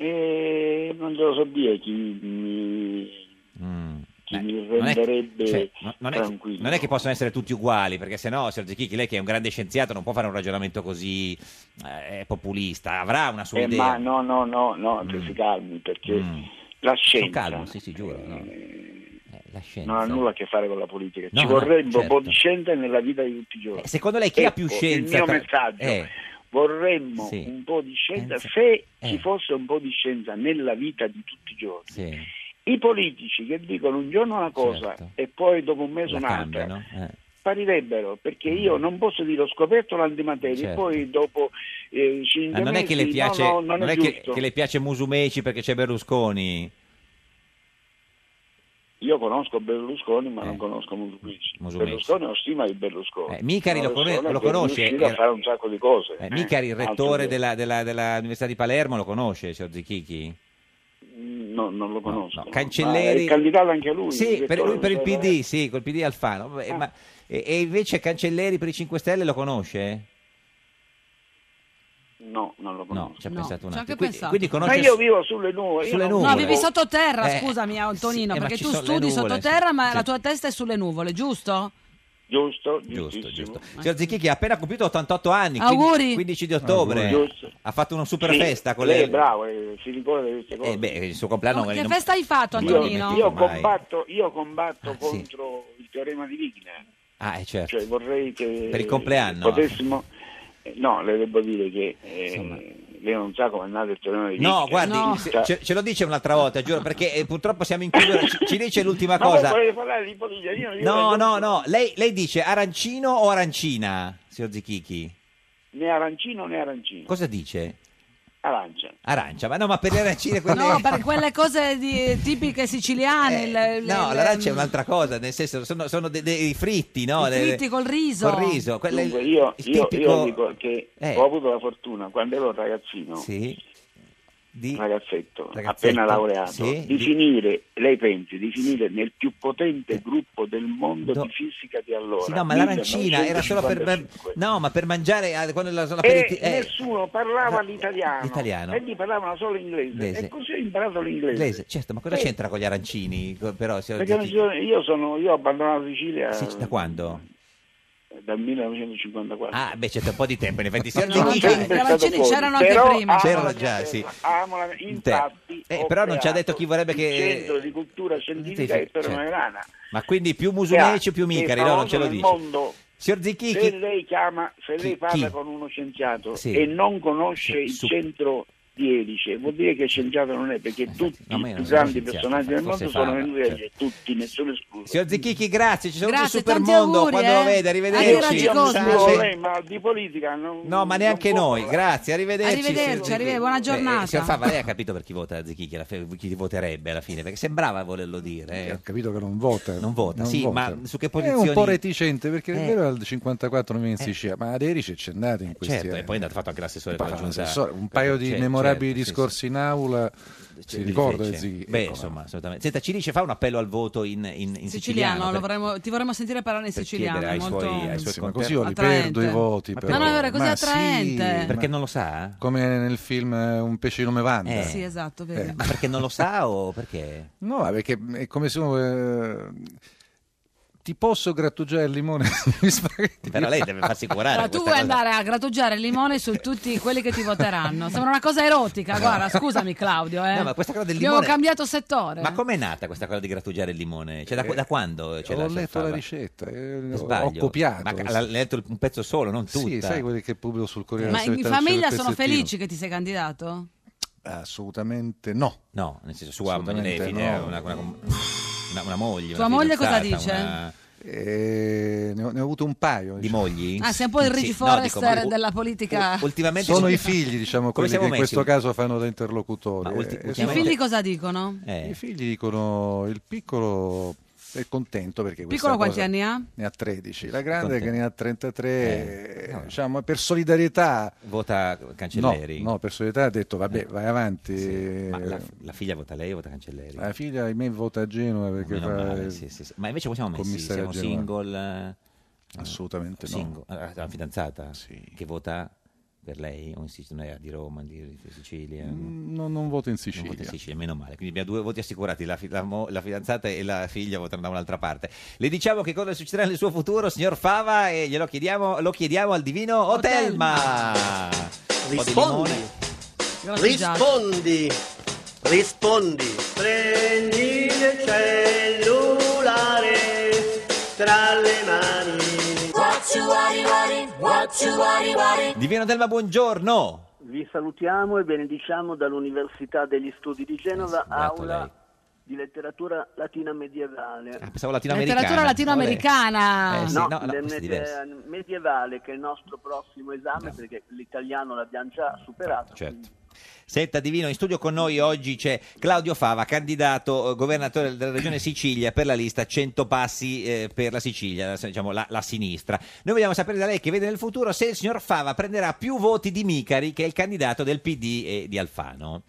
Eh, non te lo so dire chi mi, Mm. chi Beh, mi non è- renderebbe cioè, no- non, è, tranquillo. non è che possono essere tutti uguali, perché se no, signor Zecchi, lei che è un grande scienziato non può fare un ragionamento così eh, populista, avrà una sua Eh, idea. ma no, no, no, no, che Mm. si calmi perché Mm. la Sono scienza calmo, sì, sì, giuro. no. eh, Eh, la scienza. non ha nulla a che fare con la politica. No, Ci no, vorrebbe certo. un po' di scienza nella vita di tutti i giorni. Eh, secondo lei chi ha Ecco, più scienza? Il mio tra- messaggio. Eh, Vorremmo Sì. un po' di scienza, Pensa- se eh. ci fosse un po' di scienza nella vita di tutti i giorni. sì, I politici che dicono un giorno una cosa Certo. e poi dopo un mese la un'altra cambiano. eh. sparirebbero, perché io non posso dire ho scoperto l'antimateria Certo. e poi dopo eh, Ma cinque non è che le mesi, piace, no, no, non, non è, è che, giusto. che le piace Musumeci perché c'è Berlusconi? Io conosco Berlusconi ma Eh. non conosco Musumeci. Musumeci. Berlusconi ho stima di Berlusconi. Eh, Micari Una lo, con- persona lo che è conosce? riuscita a Era- fare un sacco di cose. Eh, eh. Micari, il Altro rettore che- della, della, dell'Università di Palermo, lo conosce, signor Zecchi? No, non lo conosco. no. Cancelleri- Ma è candidato anche lui. Sì, il per, rettore lui per il P dell'Università D, sì, col P D Alfano. Vabbè, Ah. ma- e, e invece Cancelleri per i cinque Stelle lo conosce? No, non lo conosco. No, ci ha No, pensato un ci ha attimo. anche Quindi, pensato. quindi Ma conosce... io vivo sulle nuvole. io Sulle non- nuvole. No, vivi sottoterra, Eh, scusami Antonino, sì, eh, ma perché ci tu sono le studi nuvole, sottoterra, sì. ma Sì. la tua testa è sulle nuvole, giusto? Giusto, Giusto, giustissimo. giusto. Signor Zichichi ha appena compiuto ottantotto anni, Auguri. quindi quindici di ottobre. Giusto. Ha fatto una super Sì, festa con lei le... è bravo, eh, si ricorda di queste cose. Eh beh, il suo compleanno... Che non- festa hai fatto, Io, Antonino? io Mai. combatto, io combatto Ah, sì. contro il teorema di Wigner. Ah, eh, certo. Cioè vorrei che Per il compleanno? potessimo... eh, no, le devo dire che eh, lei non sa come è nato il teorema di Wigner. No, guardi, No. se- ce, ce lo dice un'altra volta, giuro, perché eh, purtroppo siamo in chiusura. Ci, ci dice l'ultima Ma voi cosa. volete parlare di politica? Io- io No, io- no, no. Lei, lei dice arancino o arancina, signor Zichichi? Né arancino né arancino. Cosa dice? Arancia. Arancia, ma no, ma per le arancine quelle... No, per quelle cose di- tipiche siciliane. le- le- No, le- l'arancia è un'altra cosa, nel senso sono, sono dei, dei fritti, no? I Le- fritti col riso. Col riso, quelle- Dunque, io, il io- tipico- io dico che Eh. ho avuto la fortuna, quando ero ragazzino, Sì. Di... ragazzetto, Ragazzetto, appena laureato, sì, di di- finire, lei pensi, di finire nel più potente gruppo del mondo Do- di fisica di allora. Sì, no, ma l'arancina era solo per... millenovecentocinquantacinque. No, ma per mangiare... ah, quando la sono E aperiti- eh, nessuno parlava l'italiano, l'italiano. e gli parlavano solo inglese. Inglese. E così ho imparato l'inglese. inglese, certo, ma cosa Eh, c'entra con gli arancini? Co- Però, signor Perché non ci Zichichi? sono- io, sono, io ho abbandonato la Sicilia Sì, da quando? dal millenovecentocinquantaquattro. Ah, beh, c'è un po' di tempo, in effetti. Signor No, Zichichi- già, gli arancini c'erano anche Però prima. amo C'erano la già, mia sì. terra, amo la- infatti Eh, ho però non ci ha creato detto chi vorrebbe che- il centro di cultura scientifica Sì, e per certo. Noelana. Ma quindi più Musumeci o più Che è Micari? No, non ce lo famoso nel dice. mondo. Signor Se Zichichi... lei chiama, se lei Chi- parla chi? con uno scienziato Sì. e non conosce Sì, il su- centro di Elice, vuol dire che scienziato non è, perché tutti no, ma i io più non sono grandi scienziato, personaggi del forse mondo sono Fava, venuti da certo. Elice, tutti, nessuno escluso. Signor Zichichi, grazie, ci saluti Grazie, Super tanti Mondo auguri, quando eh. lo vede, arrivederci. Arrivederci, Io non Cosmo. scrivo Sì. lei, ma di politica non, No, ma neanche non può noi, parlare. grazie, arrivederci. Arrivederci, signor Zichichi. arrivederci, buona giornata. Eh, signor Fava, lei ha capito per chi vota Zichichi, alla fine, chi voterebbe alla fine, perché sembrava volerlo dire. eh. Ho capito che non vota. Non vota, sì, vota. ma su che È posizioni... un po' reticente perché Eh. è vero al cinquantaquattro non viene in Sicilia, ma ad Erice c'è andato in questi Certo, anni. e poi è andato fatto anche l'assessore Poi con la fa giunta. l'assessore, un paio di Certo, memorabili certo, sì, discorsi in aula si Li ricorda fece. di Zichichi. Beh, Ecco, insomma, assolutamente. Senta, ci dice, fa un appello al voto in, in, in Siciliano, siciliano. lo per- vorremmo- ti vorremmo sentire parlare in per siciliano. chiedere ai molto... suoi- ai suoi Sì, ma conter- così io li attraente. perdo i voti. Ma però. Ma non è vero, è così Ma attraente. sì, Perché ma- non lo sa? come nel film eh, Un pesce di nome Wanda. Eh. Sì, esatto, vedi. Eh. Ma perché non lo sa o perché? No, perché è come se uno, eh, ti posso grattugiare il limone sugli spaghetti. Però lei deve farsi curare. Allora, tu questa vuoi cosa. andare a grattugiare il limone su tutti quelli che ti voteranno. Sembra una cosa erotica, guarda, scusami Claudio. Eh. No, ma questa cosa del Abbiamo limone- cambiato settore. Ma com'è nata questa cosa di grattugiare il limone? Cioè, da, Eh, da quando ce l'ha? Ho signor letto la Fava? ricetta, eh, Mi ho, sbaglio? ho copiato. Ma l'ha letto un pezzo solo, non tutta. Sì, sai quelli che pubblico sul Corriere Ma della in Sera, c'è il famiglia sono pezzettino. felici che ti sei candidato? Assolutamente no. No, nel senso sua Assolutamente lei figlia, no. una, una, una, una moglie. Tua una moglie cosa fidanzata, dice? una- Eh, ne, ho, ne ho avuto un paio. Di diciamo. mogli? Ah, sei un po' il Sì, Reggie no, dico, Forrester ma- della politica. Ultimamente Sono si- i figli, diciamo, Come quelli che siamo in messi? questo caso fanno da interlocutori. Ma ulti- Eh, I ultimamente- figli cosa dicono? Eh. I figli dicono il piccolo è contento perché questa Piccolo quanti cosa- anni ha? Ne ha tredici, la grande Contento. che ne ha trentatré, Eh, no. diciamo per solidarietà. Vota Cancelleri? No, no, per solidarietà ha detto vabbè vai avanti. Sì. Ma la, la figlia vota lei o vota Cancelleri? La figlia ahimè vota a Genova perché Meno fa male, sì, sì, sì. Ma invece come siamo messi? commissario Siamo a Genova. single? eh? Assolutamente no. Single. Ah, la fidanzata? Sì. Che vota per lei? O in Sicilia, di Roma, di, di Sicilia? Mm, No, non voto in Non Sicilia. vota in Sicilia, meno male. Quindi abbiamo due voti assicurati, la, fi- la mo- la fidanzata e la figlia votano da un'altra parte. Le diciamo che cosa succederà nel suo futuro, signor Fava, e glielo chiediamo, lo chiediamo al divino Otelma. Un po' di Rispondi. limone. Rispondi, rispondi. Prendi il cellulare tra le mani. Divino Otelma, buongiorno. Vi salutiamo e benediciamo dall'Università degli Studi di Genova, beato aula lei. di letteratura latina medievale. Ah, pensavo latinoamericana. Letteratura latinoamericana. Eh, sì, no, no, no, de- questo è de- diverso. medievale, che è il nostro prossimo esame, perché l'italiano l'abbiamo già superato. Certo. Senta Divino, in studio con noi oggi c'è Claudio Fava, candidato eh, governatore della regione Sicilia per la lista cento passi eh, per la Sicilia, diciamo la, la sinistra. Noi vogliamo sapere da lei, che vede nel futuro, se il signor Fava prenderà più voti di Micari, che è il candidato del P D e di Alfano.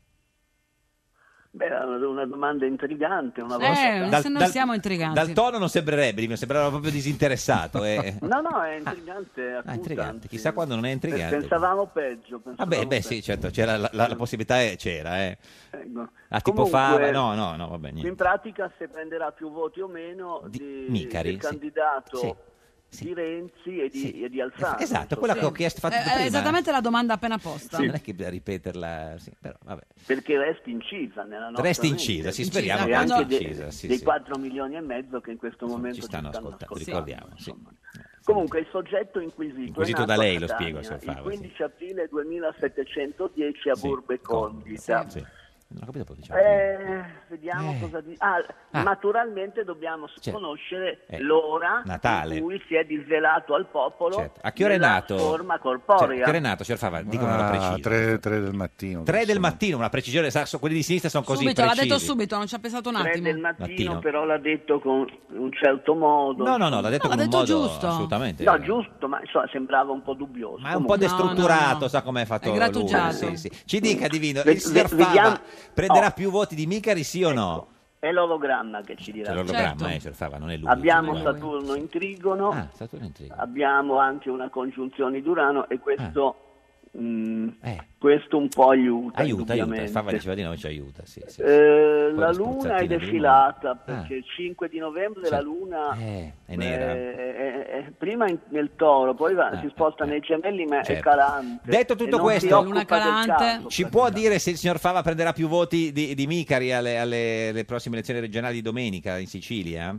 Beh, è una una domanda intrigante. Una Eh, volta... se noi siamo intriganti. Dal tono non sembrerebbe, Divino, sembrava proprio disinteressato. eh. No, no, è intrigante. Ah, acuta, intrigante, anzi. chissà quando non è intrigante. Pensavamo peggio. Pensavamo Vabbè, beh peggio. sì, certo, c'era la, la- la possibilità, eh, c'era. Eh. Ecco. Ah, tipo Comunque, Fava, no, no, no, vabbè, niente. In pratica, se prenderà più voti o meno Di- di, Micari, del sì. candidato Sì. sì. di Renzi e di, sì. e di Alfano. Esatto, quella sì. che ho chiesto fatto eh, prima. Esattamente la domanda appena posta. Sì. Non è che bisogna ripeterla, sì, però vabbè. Perché resta incisa nella nostra Resta incisa, sì, speriamo che anche resti de, incisa. Sì, dei sì. quattro milioni e mezzo che in questo momento ci stanno, ci stanno ascoltando, ascoltando. ricordiamo. Sì. Comunque il soggetto inquisito, inquisito è nato da lei, a lo Catania, spiego, signor Fava, il quindici aprile duemilasettecentodieci a Sì. Burbe Condita. Sì. Non ho capito poi diciamo. Eh, vediamo Eh. cosa di... Ah, Ah. naturalmente dobbiamo Certo. conoscere Eh, l'ora Natale. in cui si è disvelato al popolo Certo. A che ora è nella nato? forma Cioè, corporea. a che ora è nato, signor Fava? Dicono una Ah, precisa. tre, tre del mattino. Tre del mattino, una precisione, sa, so- quelli di sinistra sono così Subito, l'ha precisi. detto subito, non ci ha pensato un Tre attimo. del mattino, Mattino. però l'ha detto con un certo modo. No, no, no, l'ha detto No, con l'ha un detto modo giusto. assolutamente. No, giusto, ma insomma sembrava un po' dubbioso. Ma è un po' Comunque- destrutturato, No, no, no. sa com'è fatto È grattugiato. lui. Sì, sì. Ci dica, Divino, Ve- il signor ve- vediamo- Fava prenderà Oh. più voti di Micari, sì o no? È l'ologramma che ci dirà. C'è l'ologramma, Certo. eh, signor Fava, non è lui. Abbiamo Guarda. Saturno in Trigono, Ah, Saturno in Trigono. abbiamo anche una congiunzione di Urano e questo, mh, Eh. questo un po' aiuta. Aiuta, aiuta, indubbiamente. Fava diceva di no, ci aiuta, sì, sì. Eh, Poi la le luna è spruzzatine di defilata luna. perché Ah. il cinque di novembre Sì. la luna Eh, è nera. è- è- è- prima in- nel Toro, poi va- Ah, si sposta eh, nei Gemelli, ma è certo. calante. Detto e tutto non questo, si occupa Luna del calante. caso, Ci può dire se il signor Fava prenderà più voti di, di Micari alle, alle- alle prossime elezioni regionali di domenica in Sicilia?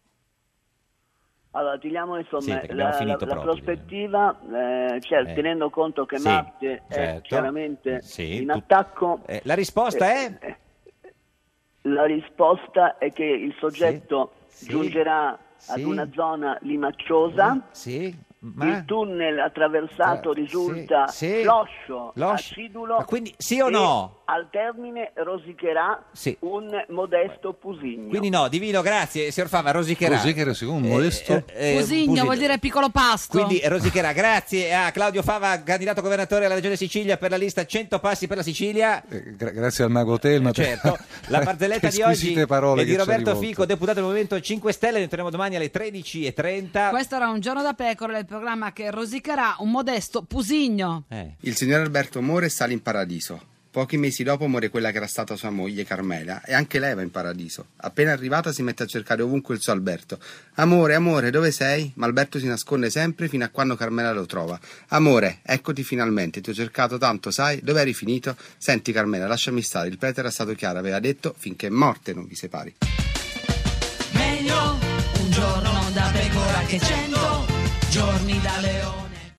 Allora, tiriamo le Sì, somme. perché abbiamo la, finito la- la proprio, prospettiva, eh, cioè, Eh. tenendo conto che Sì, Marte è certo. chiaramente Sì, in tu- attacco, Eh, la risposta è? eh, la risposta è che il soggetto Sì. giungerà ad Sì. una zona limacciosa. Sì, ma... Il tunnel attraversato Eh, risulta sì, sì. floscio, Floscio. acidulo. Ma quindi sì o e no? Al termine rosicherà Sì. un modesto pusigno. Quindi no, Divino, grazie, signor Fava, rosicherà. Rosicherà, secondo un modesto. eh, Pusigno Pusigno. vuol dire piccolo pasto. Quindi rosicherà, grazie a Claudio Fava, candidato governatore alla Regione Sicilia per la lista cento passi per la Sicilia. Eh, gra- grazie al Mago Telma per Certo, la barzelletta le di oggi squisite parole è di che ci ha Roberto rivolto. Fico, deputato del Movimento cinque Stelle, ne torniamo domani alle tredici e trenta. Questo era Un giorno da pecora, il programma che rosicherà un modesto Pusigno. Eh. Il signor Alberto muore e sale in paradiso. Pochi mesi dopo muore quella che era stata sua moglie Carmela e anche lei va in paradiso. Appena arrivata si mette a cercare ovunque il suo Alberto. Amore, amore, dove sei? Ma Alberto si nasconde sempre fino a quando Carmela lo trova. Amore, eccoti finalmente, ti ho cercato tanto, sai? Dove eri finito? Senti Carmela, lasciami stare, il prete era stato chiaro, aveva detto finché morte non vi separi. Meglio un giorno da pecora che cento giorni da leone.